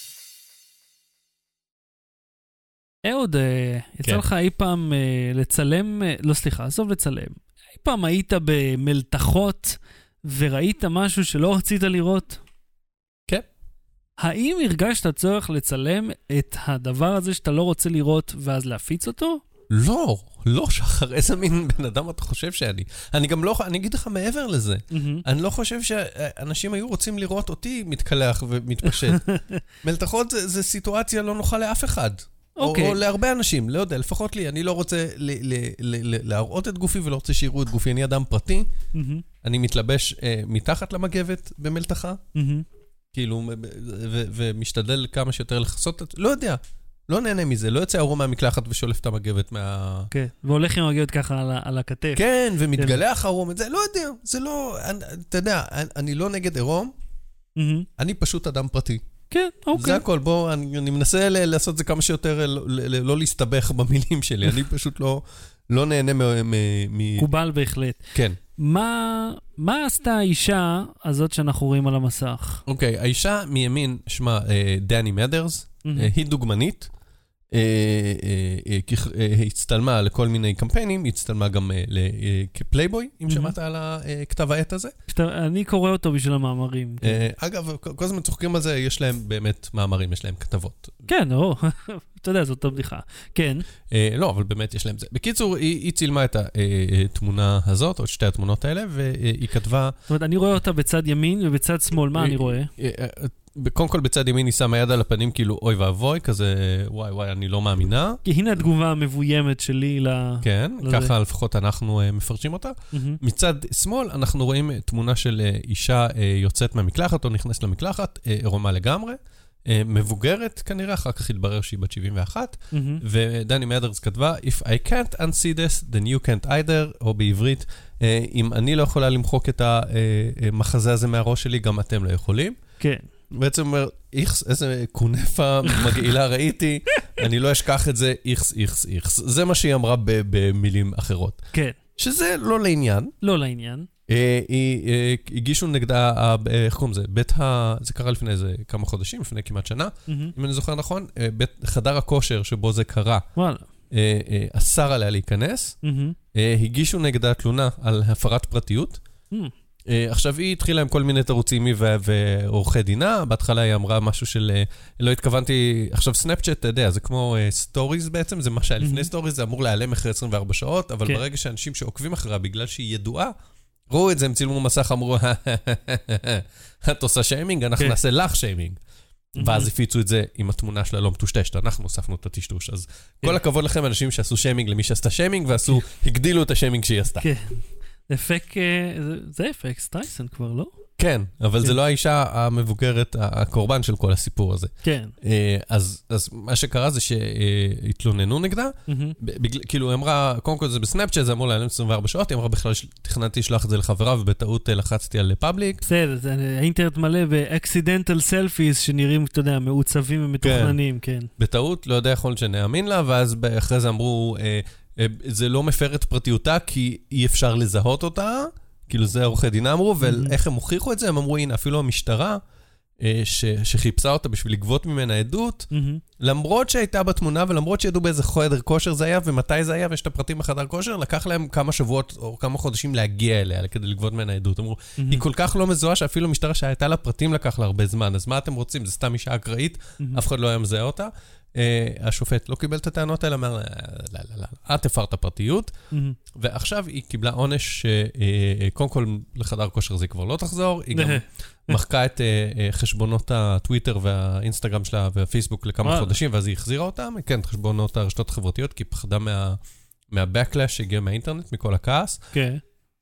אהוד, יצא לך אי פעם לצלם, לא סליחה, עזוב לצלם, אי פעם היית במלתחות וראית משהו שלא רצית לראות? כן. האם הרגשת צורך לצלם את הדבר הזה שאתה לא רוצה לראות ואז להפיץ אותו? לא, שחר, איזה מין בן אדם אתה חושב שאני? אני גם לא, אני אגיד לך מעבר לזה. אני לא חושב שאנשים היו רוצים לראות אותי מתקלח ומתפשט. מלתחות זה סיטואציה לא נוחה לאף אחד. או להרבה אנשים, לא יודע, לפחות לי, אני לא רוצה להראות את גופי ולא רוצה שיראו את גופי. אני אדם פרטי, אני מתלבש מתחת למגבת במלתחה, כאילו, ומשתדל כמה שיותר לחסות, לא יודע, לא נהנה מזה, לא יוצא ארום מהמקלחת ושולף את המגבת מה... כן, והולך עם המגבת ככה על הכתף. כן, ומתגלח ארום, את זה, לא יודע, זה לא, אתה יודע, אני לא נגד ארום, אני פשוט אדם פרטי. כן, אוקיי. זה הכל, בוא, אני מנסה לעשות זה כמה שיותר, לא להסתבך במילים שלי, אני פשוט לא נהנה מ... קובל בהחלט. כן. מה עשתה האישה הזאת שאנחנו רואים על המסך? אוקיי, האישה מימין, שמה דני מדרס, היא דוגמנית, הצטלמה לכל מיני קמפיינים, הצטלמה גם לפלייבוי, אם שמעת על הכתב העת הזה. אני קורא אותו בשביל המאמרים. אגב, כל הזמן צוחקים על זה, יש להם באמת מאמרים, יש להם כתבות. כן, אתה יודע, זאת הבדיחה. כן. לא, אבל באמת יש להם זה. בקיצור, היא צילמה את התמונה הזאת, או את שתי התמונות האלה, והיא כתבה... זאת אומרת, אני רואה אותה בצד ימין ובצד שמאל, מה אני רואה? קודם כל בצד ימין היא שמה יד על הפנים, כאילו אוי ואבוי, כזה וואי, אני לא מאמינה. כי הנה התגובה המבוימת שלי כן, ככה לפחות אנחנו מפרשים אותה. מצד שמאל אנחנו רואים תמונה של אישה יוצאת מהמקלחת, או נכנסת למקלחת, עירומה לגמרי. מבוגרת כנראה, אחר כך התברר שהיא בת 71, ודני מדרס כתבה, If I can't unsee this, then you can't either, או בעברית, אם אני לא יכולה למחוק את המחזה הזה מהראש שלי, גם אתם לא יכולים. כן. בעצם אומר, איזה קונפה מגעילה ראיתי, אני לא אשכח את זה, איכס. זה מה שהיא אמרה במילים אחרות. כן. שזה לא לעניין. לא לעניין. הגישו נגדה, איך קוראים זה? זה קרה לפני איזה כמה חודשים, לפני כמעט שנה, אם אני זוכר נכון, חדר הכושר שבו זה קרה, אסר עליה להיכנס, הגישו נגדה תלונה על הפרת פרטיות, עכשיו היא התחילה עם כל מיני תירוצים ועורכי דינה, בהתחלה היא אמרה משהו של, לא התכוונתי, עכשיו סנאפצ'אט, אתה יודע, זה כמו סטוריז בעצם, זה מה שהיה לפני סטוריז, זה אמור להיעלם אחרי 24 שעות, אבל ברגע שאנשים שעוקבים אחריה בגלל שהיא ידועה, ראו את זה, הם צילמו מסך, אמרו, את עושה שיימינג, אנחנו נעשה לך שיימינג. ואז הפיצו את זה עם התמונה שלה לא מטושטשת, אנחנו הוספנו את הטשטוש. אז כל הכבוד לכם, אנשים שעשו שיימינג למי שעשתה שיימינג, הגדילו את השיימינג שהיא עשתה. כן. זה אפקט סטייסן כבר, לא? כן, אבל זה לא האישה המבוגרת, הקורבן של כל הסיפור הזה. כן. אז מה שקרה זה שהתלוננו נגדה, כאילו היא אמרה, קודם כל זה בסנאפצ'אט, זה אמור להיעלם 24 שעות, היא אמרה בכלל תכננתי לשלוח את זה לחברה, ובטעות לחצתי על פאבליק. בסדר, האינטרנט מלא ב-accidental selfies שנראים, אתה יודע, מעוצבים ומתוכננים, כן. בטעות, לא יודע יכול שנאמין לה, ואז אחרי זה אמרו, זה לא מפר את פרטיותה, כי אי אפשר לזהות אותה, כאילו זה עורכי דינה אמרו, ואיך הם הוכיחו את זה? הם אמרו, הנה, אפילו המשטרה, שחיפשה אותה בשביל לגבות ממנה עדות, למרות שהייתה בתמונה, ולמרות שידעו באיזה חדר כושר זה היה, ומתי זה היה, ויש את הפרטים בחדר כושר, לקח להם כמה שבועות או כמה חודשים להגיע אליה, כדי לגבות ממנה עדות. אמרו, היא כל כך לא מזוהה, שאפילו המשטרה שהייתה לה פרטים לקח לה הרבה זמן, אז מה אתם רוצים? זה סתם אישה אקראית, אף אחד לא היה מזהה אותה. השופט לא קיבל את הטענות האלה, אמר, לא, את הפרת פרטיות, ועכשיו היא קיבלה עונש, קודם כל לחדר כושר זה כבר לא תחזור, היא גם מחקה את חשבונות הטוויטר והאינסטגרם שלה והפייסבוק לכמה חודשים, ואז היא החזירה אותם, כן, את חשבונות הרשתות החברתיות, כי היא פחדה מהבקלאש שהגיע מהאינטרנט, מכל הכעס. כן.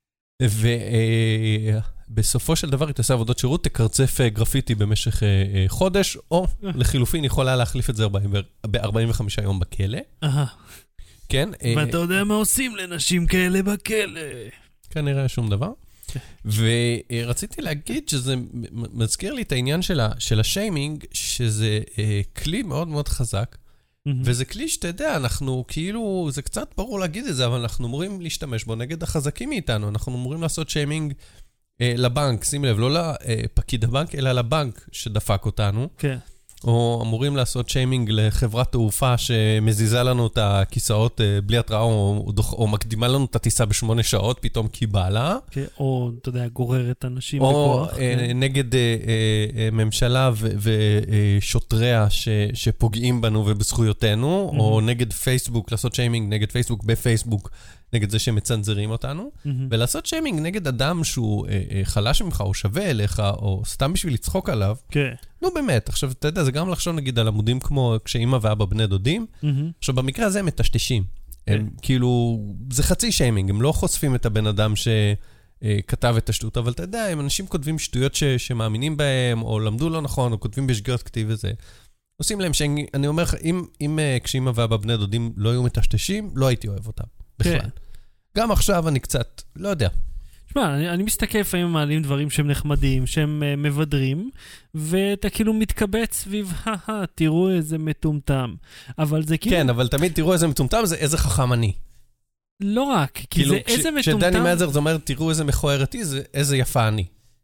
ובסופו של דבר היא תעשה עבודות שירות, תקרצף גרפיטי במשך חודש, או לחילופין יכולה להחליף את זה ב-45 יום בכלא. כן. ואתה יודע מה עושים לנשים כאלה בכלא? כנראה שום דבר. ורציתי להגיד שזה מזכיר לי את העניין של השיימינג, שזה כלי מאוד מאוד חזק, וזה כלי שאתה יודע, אנחנו כאילו, זה קצת ברור להגיד את זה, אבל אנחנו אמורים להשתמש בו נגד החזקים מאיתנו, אנחנו אמורים לעשות שיימינג לבנק, שים לב, לא לפקיד הבנק, אלא לבנק שדפק אותנו. כן. או אמורים לעשות שיימינג לחברת תעופה שמזיזה לנו את הכיסאות בלי התראה, או מקדימה לנו את הטיסה ב8 שעות, פתאום כי בא לה. או, אתה יודע, גוררת אנשים בכוח. או נגד ממשלה ושוטריה שפוגעים בנו ובזכויותינו, או נגד פייסבוק, לעשות שיימינג נגד פייסבוק בפייסבוק, נגד זה שמצנזרים אותנו, ולעשות שיימינג נגד אדם שהוא חלש ממך, או שווה אליך, או סתם בשביל לצחוק עליו. כן. נו באמת, עכשיו אתה יודע, זה גם לחשוב נגיד על עמודים כמו כשאמא ואבא בני דודים, עכשיו במקרה הזה הם מטשטשים. הם כאילו, זה חצי שיימינג, הם לא חושפים את הבן אדם שכתב את השטות, אבל אתה יודע, הם אנשים כותבים שטויות שמאמינים בהם, או למדו לא נכון, או כותבים בשגיאות כתיב וזה. עושים להם אני אומר לך, אם כשאמא ואבא בני דודים לא היו מטשטשים, לא הייתי אוהב אותם. בכלל. גם עכשיו אני קצת, לא יודע. שמע, אני מסתכל לפעמים מעלים דברים שהם נחמדים, שהם מבדרים, ואתה כאילו מתקבץ סביב, תראו איזה מטומטם. אבל זה כאילו... כן, אבל תמיד תראו איזה מטומטם, זה איזה חכם אני. לא רק, כי זה איזה מטומטם... כשדני מדרס אומר, תראו איזה מכוערתי, זה איזה יפה אני.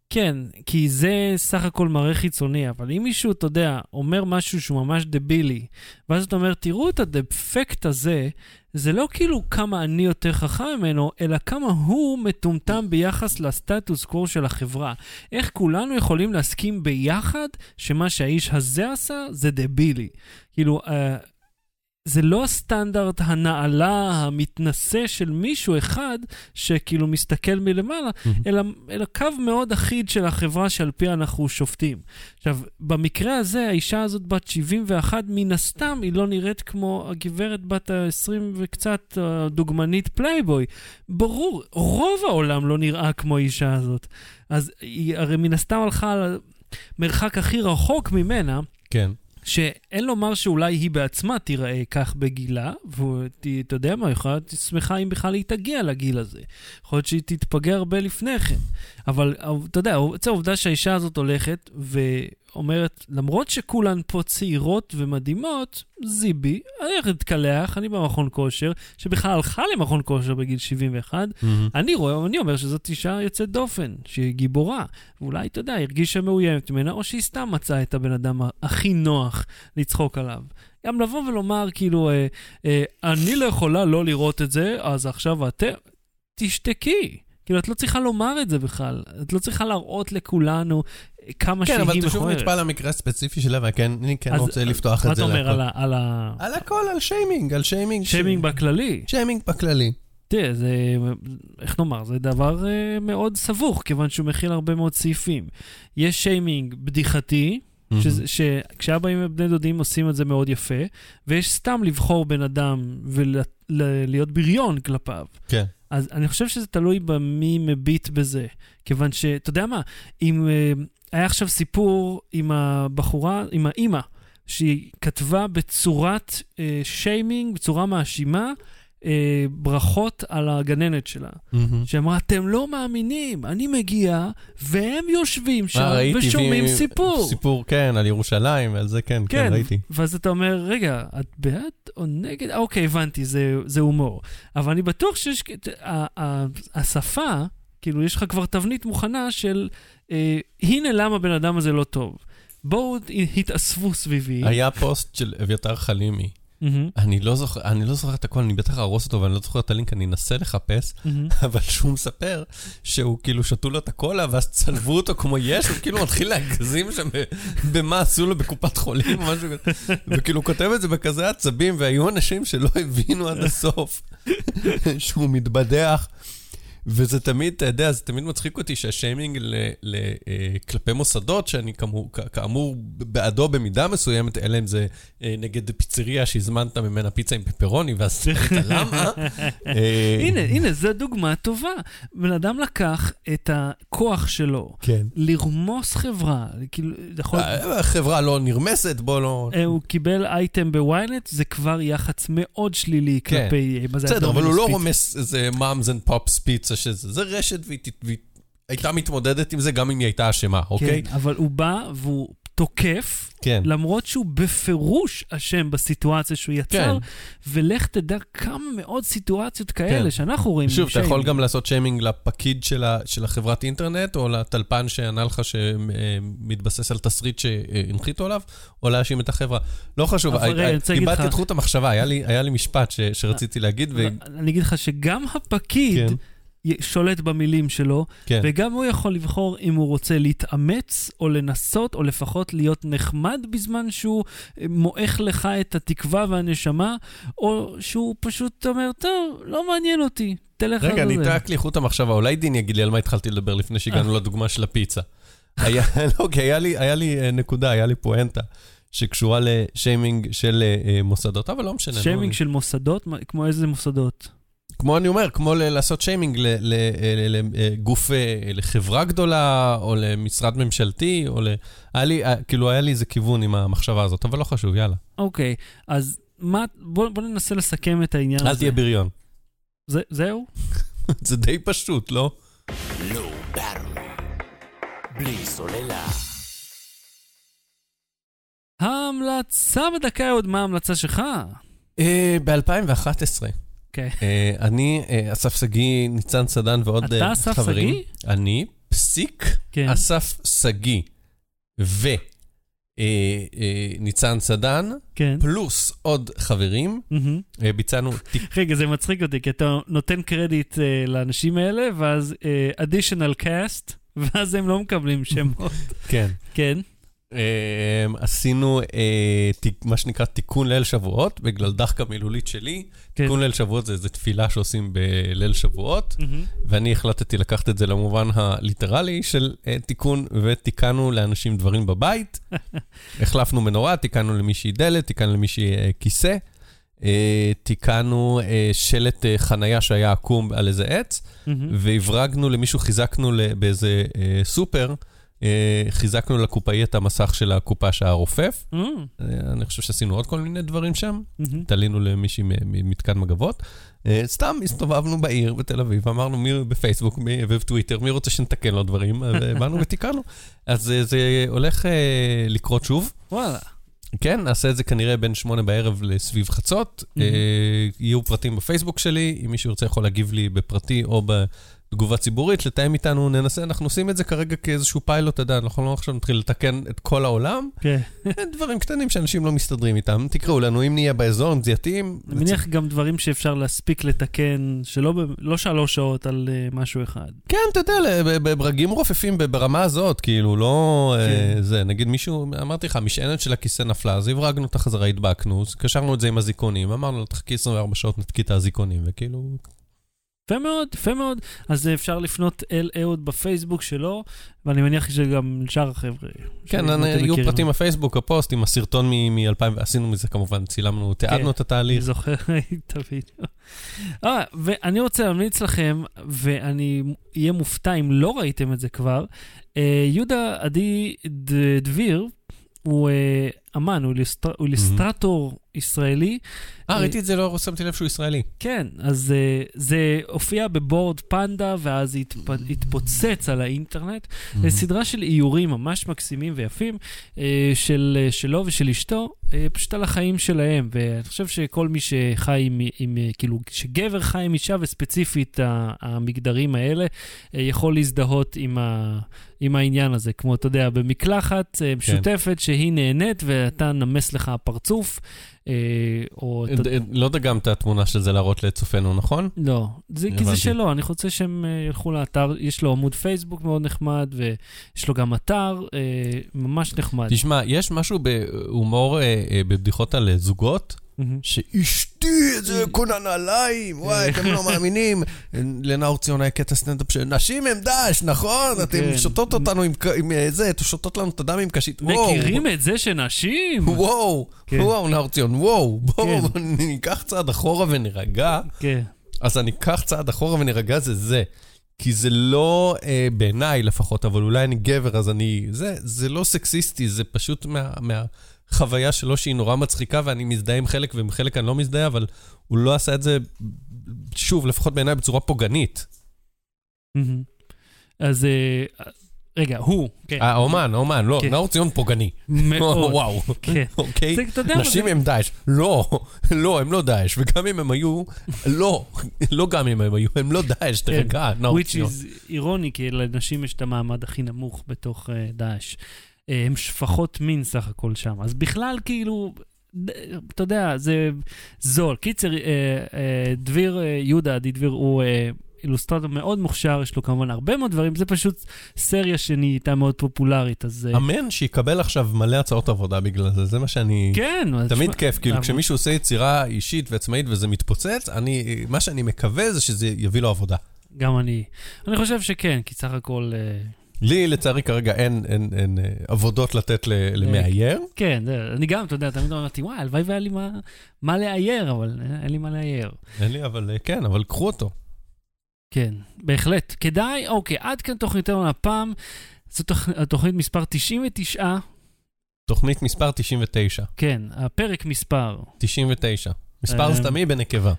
כן, כי זה סך הכל מראה חיצוני, אבל אם מישהו, אתה יודע, אומר משהו שהוא ממש דבילי, ואז אתה אומר, תראו את הדפקט הזה, זה לא כאילו כמה אני יותר חכם ממנו, אלא כמה הוא מטומטם ביחס לסטטוס קוו של החברה. איך כולנו יכולים להסכים ביחד שמה שהאיש הזה עשה זה דבילי. כאילו, זה לא הסטנדרט הנעלה, המתנשא של מישהו אחד שכאילו מסתכל מלמעלה, אלא קו מאוד אחיד של החברה שעל פי אנחנו שופטים. עכשיו, במקרה הזה, האישה הזאת בת 71, מן הסתם היא לא נראית כמו הגברת בת ה-20 וקצת דוגמנית פלייבוי. ברור, רוב העולם לא נראה כמו האישה הזאת. אז היא הרי מן הסתם הלכה על המרחק הכי רחוק ממנה. כן. שאין לומר שאולי היא בעצמה תיראה כך בגילה, ואתה יודע מה, יכולה להיות שמחה אם בכלל היא תגיע לגיל הזה. יכול להיות שהיא תתפגע הרבה לפני כן. אבל אתה יודע, זה העובדה שהאישה הזאת הולכת ואומרת, למרות שכולן פה צעירות ומדהימות, זיבי, אני הולכת להתקלח, אני במכון כושר, שבכלל הלכה למכון כושר בגיל 71, אני אומר שזאת אישה יוצאת דופן, שהיא גיבורה, ואולי, אתה יודע, הרגישה מאוימת ממנה, או שהיא סתם מצאה את הבן אדם הכי נוח לצחוק עליו. גם לבוא ולומר, כאילו, אני לא יכולה לא לראות את זה, אז עכשיו תשתקי. כאילו, את לא צריכה לומר את זה בכלל. את לא צריכה להראות לכולנו כמה שהיא מכוערת. כן, אבל תשוב נטפל למקרה הספציפי שלה, ואני כן רוצה לפתוח את זה. מה אתה אומר על הכל, על שיימינג, על שיימינג. שיימינג בכללי. שיימינג בכללי. תראה, זה, איך נאמר, זה דבר מאוד סבוך, כיוון שהוא מכיל הרבה מאוד סעיפים. יש שיימינג בדיחתי, שכשאבא עם בני דודים עושים את זה מאוד יפה, ויש סתם לבחור בן אדם ולהיות בריון כלפיו. כן. אז אני חושב שזה תלוי במי מביט בזה, כיוון שאתה יודע מה, אם היה עכשיו סיפור עם הבחורה, עם האמא, שהיא כתבה בצורת שיימינג, בצורה מאשימה, ברכות על הגננת שלה. שאמרה, אתם לא מאמינים, אני מגיע, והם יושבים שם ושומעים סיפור. סיפור, כן, על ירושלים, על זה כן, כן, ראיתי. ואז אתה אומר, רגע, את בעד או נגד? אוקיי, הבנתי, זה הומור. אבל אני בטוח שיש, השפה, כאילו, יש לך כבר תבנית מוכנה של, הנה למה בן אדם הזה לא טוב. בואו התאספו סביבי. היה פוסט של אביתר חלימי. אני לא זוכר את הכל, אני בטח ארוס אותו, ואני לא זוכר את הלינק, אני אנסה לחפש, אבל שהוא מספר שהוא כאילו שתו לו את הקולה, ואז צלבו אותו כמו יש, הוא כאילו מתחיל להגזים שם במה עשו לו בקופת חולים, וכאילו כותב את זה בכזה עצבים, והיו אנשים שלא הבינו עד הסוף, שהוא מתבדח, וזה תמיד, אתה יודע, זה תמיד מצחיק אותי שהשיימינג כלפי מוסדות, שאני כאמור בעדו במידה מסוימת, אלא אם זה נגד פיצריה שהזמנת ממנה פיצה עם פפרוני, ואז תראית למה. הנה, זו דוגמה טובה. בן אדם לקח את הכוח שלו, לרמוס חברה. חברה לא נרמסת, בוא לא... הוא קיבל אייטם בוויינט, זה כבר יח"צ מאוד שלילי כלפי... בסדר, אבל הוא לא רומס איזה מאמס אנד פופס פיצה, שזה רשת, והיא הייתה מתמודדת עם זה גם אם היא הייתה אשמה, אוקיי? כן, אבל הוא בא והוא תוקף, למרות שהוא בפירוש אשם בסיטואציה שהוא יצר, ולך תדע כמה מאוד סיטואציות כאלה שאנחנו רואים. שוב, אתה יכול גם לעשות שיימינג לפקיד של החברת אינטרנט, או לטלפן שענה לך שמתבסס על תסריט שהנחיתו עליו, או להאשים את החברה. לא חשוב, איבדתי את חוט המחשבה, היה לי משפט שרציתי להגיד. אני אגיד לך שגם הפקיד שולט במילים שלו, וגם הוא יכול לבחור אם הוא רוצה להתאמץ, או לנסות, או לפחות להיות נחמד בזמן שהוא מועך לך את התקווה והנשמה, או שהוא פשוט אומר, טוב, לא מעניין אותי, תלך על זה. רגע, ניתק לי חוט המחשבה, אולי דין יגיד לי על מה התחלתי לדבר לפני שהגענו לדוגמה של הפיצה. היה לי נקודה, היה לי פואנטה, שקשורה לשיימינג של מוסדות, אבל לא משנה. שיימינג של מוסדות? כמו איזה מוסדות? כמו אני אומר, כמו לעשות שיימינג לגוף, לחברה גדולה, או למשרד ממשלתי, או כאילו היה לי איזה כיוון עם המחשבה הזאת, אבל לא חשוב, יאללה. אוקיי, אז בוא ננסה לסכם את העניין הזה. אל תהיה בריון. זהו? זה די פשוט, לא? לא ברור. בלי סוללה. ההמלצה בדקה עוד, מה ההמלצה שלך? ב-2011. אני, אסף סגי, ניצן סדן ועוד חברים. אתה אסף סגי? אני, פסיק, אסף סגי וניצן סדן, פלוס עוד חברים, ביצענו... רגע, זה מצחיק אותי, כי אתה נותן קרדיט לאנשים האלה, ואז additional cast, ואז הם לא מקבלים שמות. כן. כן. עשינו מה שנקרא תיקון ליל שבועות, בגלל דחקה מילולית שלי. תיקון ליל שבועות זה תפילה שעושים בליל שבועות, ואני החלטתי לקחת את זה למובן הליטרלי של תיקון, ותיקנו לאנשים דברים בבית. החלפנו מנורה, תיקנו למישהי דלת, תיקנו למישהי כיסא, תיקנו שלט חנייה שהיה עקום על איזה עץ, והברגנו למישהו, חיזקנו באיזה סופר, חיזקנו לקופאי את המסך של הקופה שהרופף. אני חושב שעשינו עוד כל מיני דברים שם. תלינו למישהי מתקן מגבות. סתם הסתובבנו בעיר בתל אביב, אמרנו מי בפייסבוק ובטוויטר, מי רוצה שנתקן לו דברים, ובאנו ותיקנו. אז זה הולך לקרות שוב. וואלה. כן, נעשה את זה כנראה בין 8 בערב לסביב חצות. יהיו פרטים בפייסבוק שלי, אם מישהו ירצה יכול להגיב לי בפרטי או בתגובה ציבורית, לתאם איתנו, ננסה, אנחנו עושים את זה כרגע כאיזשהו פיילוט, אנחנו לא עכשיו נתחיל לתקן את כל העולם. דברים קטנים שאנשים לא מסתדרים איתם, תקראו לנו, אם נהיה באזור, אם זה יתאים. אני מניח גם דברים שאפשר להספיק לתקן, שלא 3 שעות על משהו אחד. כן, אתה יודע, ברגעים רופפים ברמה הזאת, כאילו, לא זה, נגיד מישהו, אמרתי לך, המשענת של הכיסא נפלה, אז הברגנו את החזרה, הדבקנו, קשרנו את זה עם הזיקונים, אמרנו, תחכי 24 שעות, נתקי את הזיקונים, וכאילו... יפה מאוד, יפה מאוד. אז אפשר לפנות אל אהוד בפייסבוק שלו, ואני מניח שגם לשאר החבר'ה. כן, יהיו פרטים בפייסבוק, הפוסט עם הסרטון מ-2000, עשינו מזה כמובן, צילמנו, תיעדנו את התהליך. אני זוכר, תבין. ואני רוצה להמליץ לכם, ואני אהיה מופתע אם לא ראיתם את זה כבר, יהודה עדי דביר, הוא אמן, הוא אילוסטרטור ישראלי. ראיתי את זה, לא שמתי לב שהוא ישראלי. כן, אז זה הופיע בבורד פנדה, ואז התפוצץ על האינטרנט. זה סדרה של איורים ממש מקסימים ויפים, שלו ושל אשתו, פשוט על החיים שלהם, ואני חושב שכל מי שחי כאילו, שגבר חי עם אישה, וספציפית המגדרים האלה, יכול להזדהות עם העניין הזה, כמו אתה יודע, במקלחת משותפת שהיא נהנית, ואתה נמס לך הפרצוף, לא דגם את התמונה של זה להראות לצופנו, נכון? לא, כי זה שלו, אני רוצה שהם ילכו לאתר, יש לו עמוד פייסבוק מאוד נחמד, ויש לו גם אתר ממש נחמד. תשמע, יש משהו בהומור, בבדיחות על זוגות, שאשתי, זה קונן עליי, וואי, אתם לא מאמינים, לנאור ציון היה קטע סטנדאפ של נשים הם דש, נכון? אתם שותות אותנו עם זה, אתם שותות לנו את הדם עם קשית, מכירים את זה שנשים? וואו, נאור ציון, וואו, בואו ניקח צעד אחורה ונירגע, אז אני אקח צעד אחורה ונירגע, זה, כי זה לא בעיניי לפחות, אבל אולי אני גבר, אז זה לא סקסיסטי, זה פשוט חוויה שלו שהיא נורא מצחיקה, ואני מזדהה עם חלק, ועם חלק אני לא מזדהה, אבל הוא לא עשה את זה, שוב, לפחות בעיניי, בצורה פוגענית. אז, רגע, הוא. האומן, לא, נאור ציון פוגעני. וואו, אוקיי? נשים הם דאעש. לא, הם לא דאעש, וגם אם הם היו, לא גם אם הם היו, הם לא דאעש, תרגע, נאור ציון. which is אירוני, כי לנשים יש את המעמד הכי נמוך בתוך דאעש. הם שפחות מין סך הכל שם. אז בכלל כאילו, אתה יודע, זה זול. קיצר, יהודה עדי דביר הוא אילוסטרטור מאוד מוכשר, יש לו כמובן הרבה מאוד דברים, זה פשוט סריה שנהייתה מאוד פופולרית. אמן שיקבל עכשיו מלא הצעות עבודה בגלל זה, זה מה שאני... כן. תמיד כיף, כאילו כשמישהו עושה יצירה אישית ועצמאית וזה מתפוצץ, מה שאני מקווה זה שזה יביא לו עבודה. גם אני חושב שכן, כי סך הכל... לי, לצערי, כרגע אין עבודות לתת למאייר. כן, אני גם, אתה יודע, תמיד אמרתי, וואי, הלוואי והיה לי מה לאייר, אבל אין לי מה לאייר. אין לי, אבל כן, אבל קחו אותו. כן, בהחלט. כדאי, אוקיי, עד כאן תוכניתנו הפעם, זו תוכנית מספר 99. תוכנית מספר 99. כן, הפרק מספר. 99. מספר סתמי בנקבה.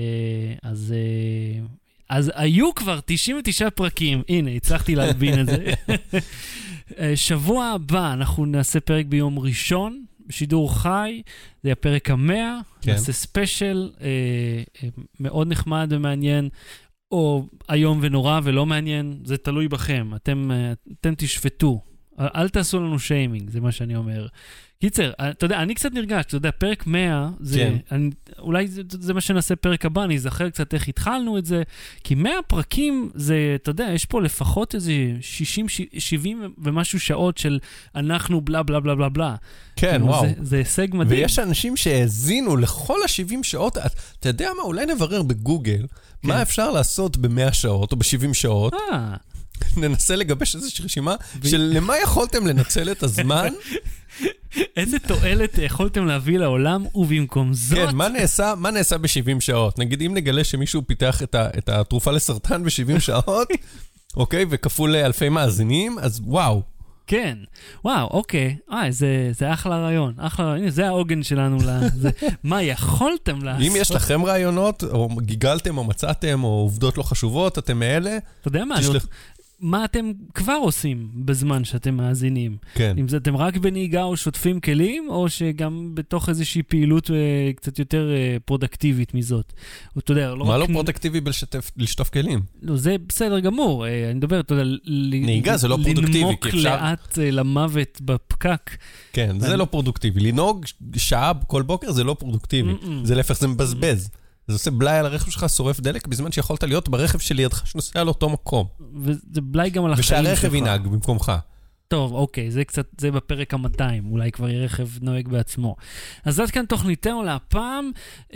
אז היו כבר 99 פרקים, הנה, הצלחתי להלבין את זה. שבוע הבא אנחנו נעשה פרק ביום ראשון, בשידור חי, זה הפרק 100, נעשה ספיישל, מאוד נחמד ומעניין, או היום ונורא ולא מעניין, זה תלוי בכם. אתם תשפטו. אל תעשו לנו שיימינג, זה מה שאני אומר. קיצר, אתה יודע, אני קצת נרגש, אתה יודע, פרק 100, אולי זה מה שנעשה פרק הבא, אני אזכר קצת איך התחלנו את זה, כי 100 פרקים זה, אתה יודע, יש פה לפחות איזה 60, 70 ומשהו שעות של אנחנו בלה בלה בלה בלה בלה. כן, וואו. זה הישג מדהים. ויש אנשים שהאזינו לכל ה-70 שעות, אתה יודע מה, אולי נברר בגוגל, מה אפשר לעשות ב-100 שעות או ב-70 שעות, ננסה לגבש איזושהי רשימה של למה יכולתם לנצל את הזמן. איזה תועלת יכולתם להביא לעולם, ובמקום זאת... כן, מה נעשה ב-70 שעות? נגיד, אם נגלה שמישהו פיתח את התרופה לסרטן ב-70 שעות, אוקיי, וכפול אלפי מאזינים, אז וואו. כן, וואו, אוקיי. זה אחלה רעיון. הנה, זה העוגן שלנו. מה יכולתם לעשות? אם יש לכם רעיונות, או גיגלתם, או מצאתם, או עובדות לא חשובות, אתם מאלה... אתה יודע מה? מה אתם כבר עושים בזמן שאתם מאזינים? כן. אם זה אתם רק בנהיגה או שוטפים כלים, או שגם בתוך איזושהי פעילות קצת יותר פרודקטיבית מזאת. אתה יודע, לא מה לא פרודקטיבי בלשטוף כלים? לא, זה בסדר גמור. אני מדבר, אתה יודע, נהיגה זה לא פרודוקטיבי. לנמוק לאט למוות בפקק. כן, זה לא פרודוקטיבי. לנהוג שעה כל בוקר זה לא פרודוקטיבי. זה להפך, זה מבזבז. זה עושה בלאי על הרכב שלך, שורף דלק, בזמן שיכולת להיות ברכב שלידך, שנוסע על אותו מקום. וזה בלאי גם על החיים שלך. ושהרכב ינהג במקומך. טוב, אוקיי, זה בפרק ה-200, אולי כבר יהיה רכב נוהג בעצמו. אז עד כאן תוכניתנו להפעם,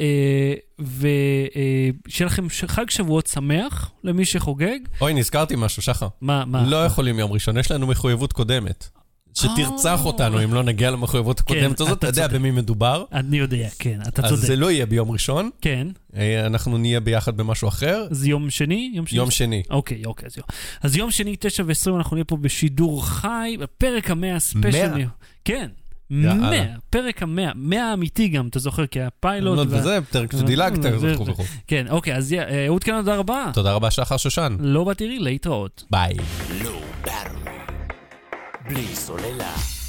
ושיהיה לכם חג שבועות שמח, למי שחוגג. אוי, נזכרתי משהו, שחר. מה? לא יכולים יום ראשון, יש לנו מחויבות קודמת. שתרצח אותנו אם לא נגיע למחויבות הקודמת הזאת, אתה יודע במי מדובר. אני יודע, כן, אתה צודק. אז זה לא יהיה ביום ראשון. כן. אנחנו נהיה ביחד במשהו אחר. זה יום שני? יום שני. אוקיי, אז יום שני, 9:20, אנחנו נהיה פה בשידור חי, בפרק 100 ספיישל. 100? כן. 100, פרק 100 אמיתי גם, אתה זוכר, כי הפיילוט... וזה, פרק שדילגת, וכו'. כן, אוקיי, אז אהוד כאן, תודה רבה. תודה רבה, שחר שושן. לא בתראי, להתראות. ביי. בלי סוללה.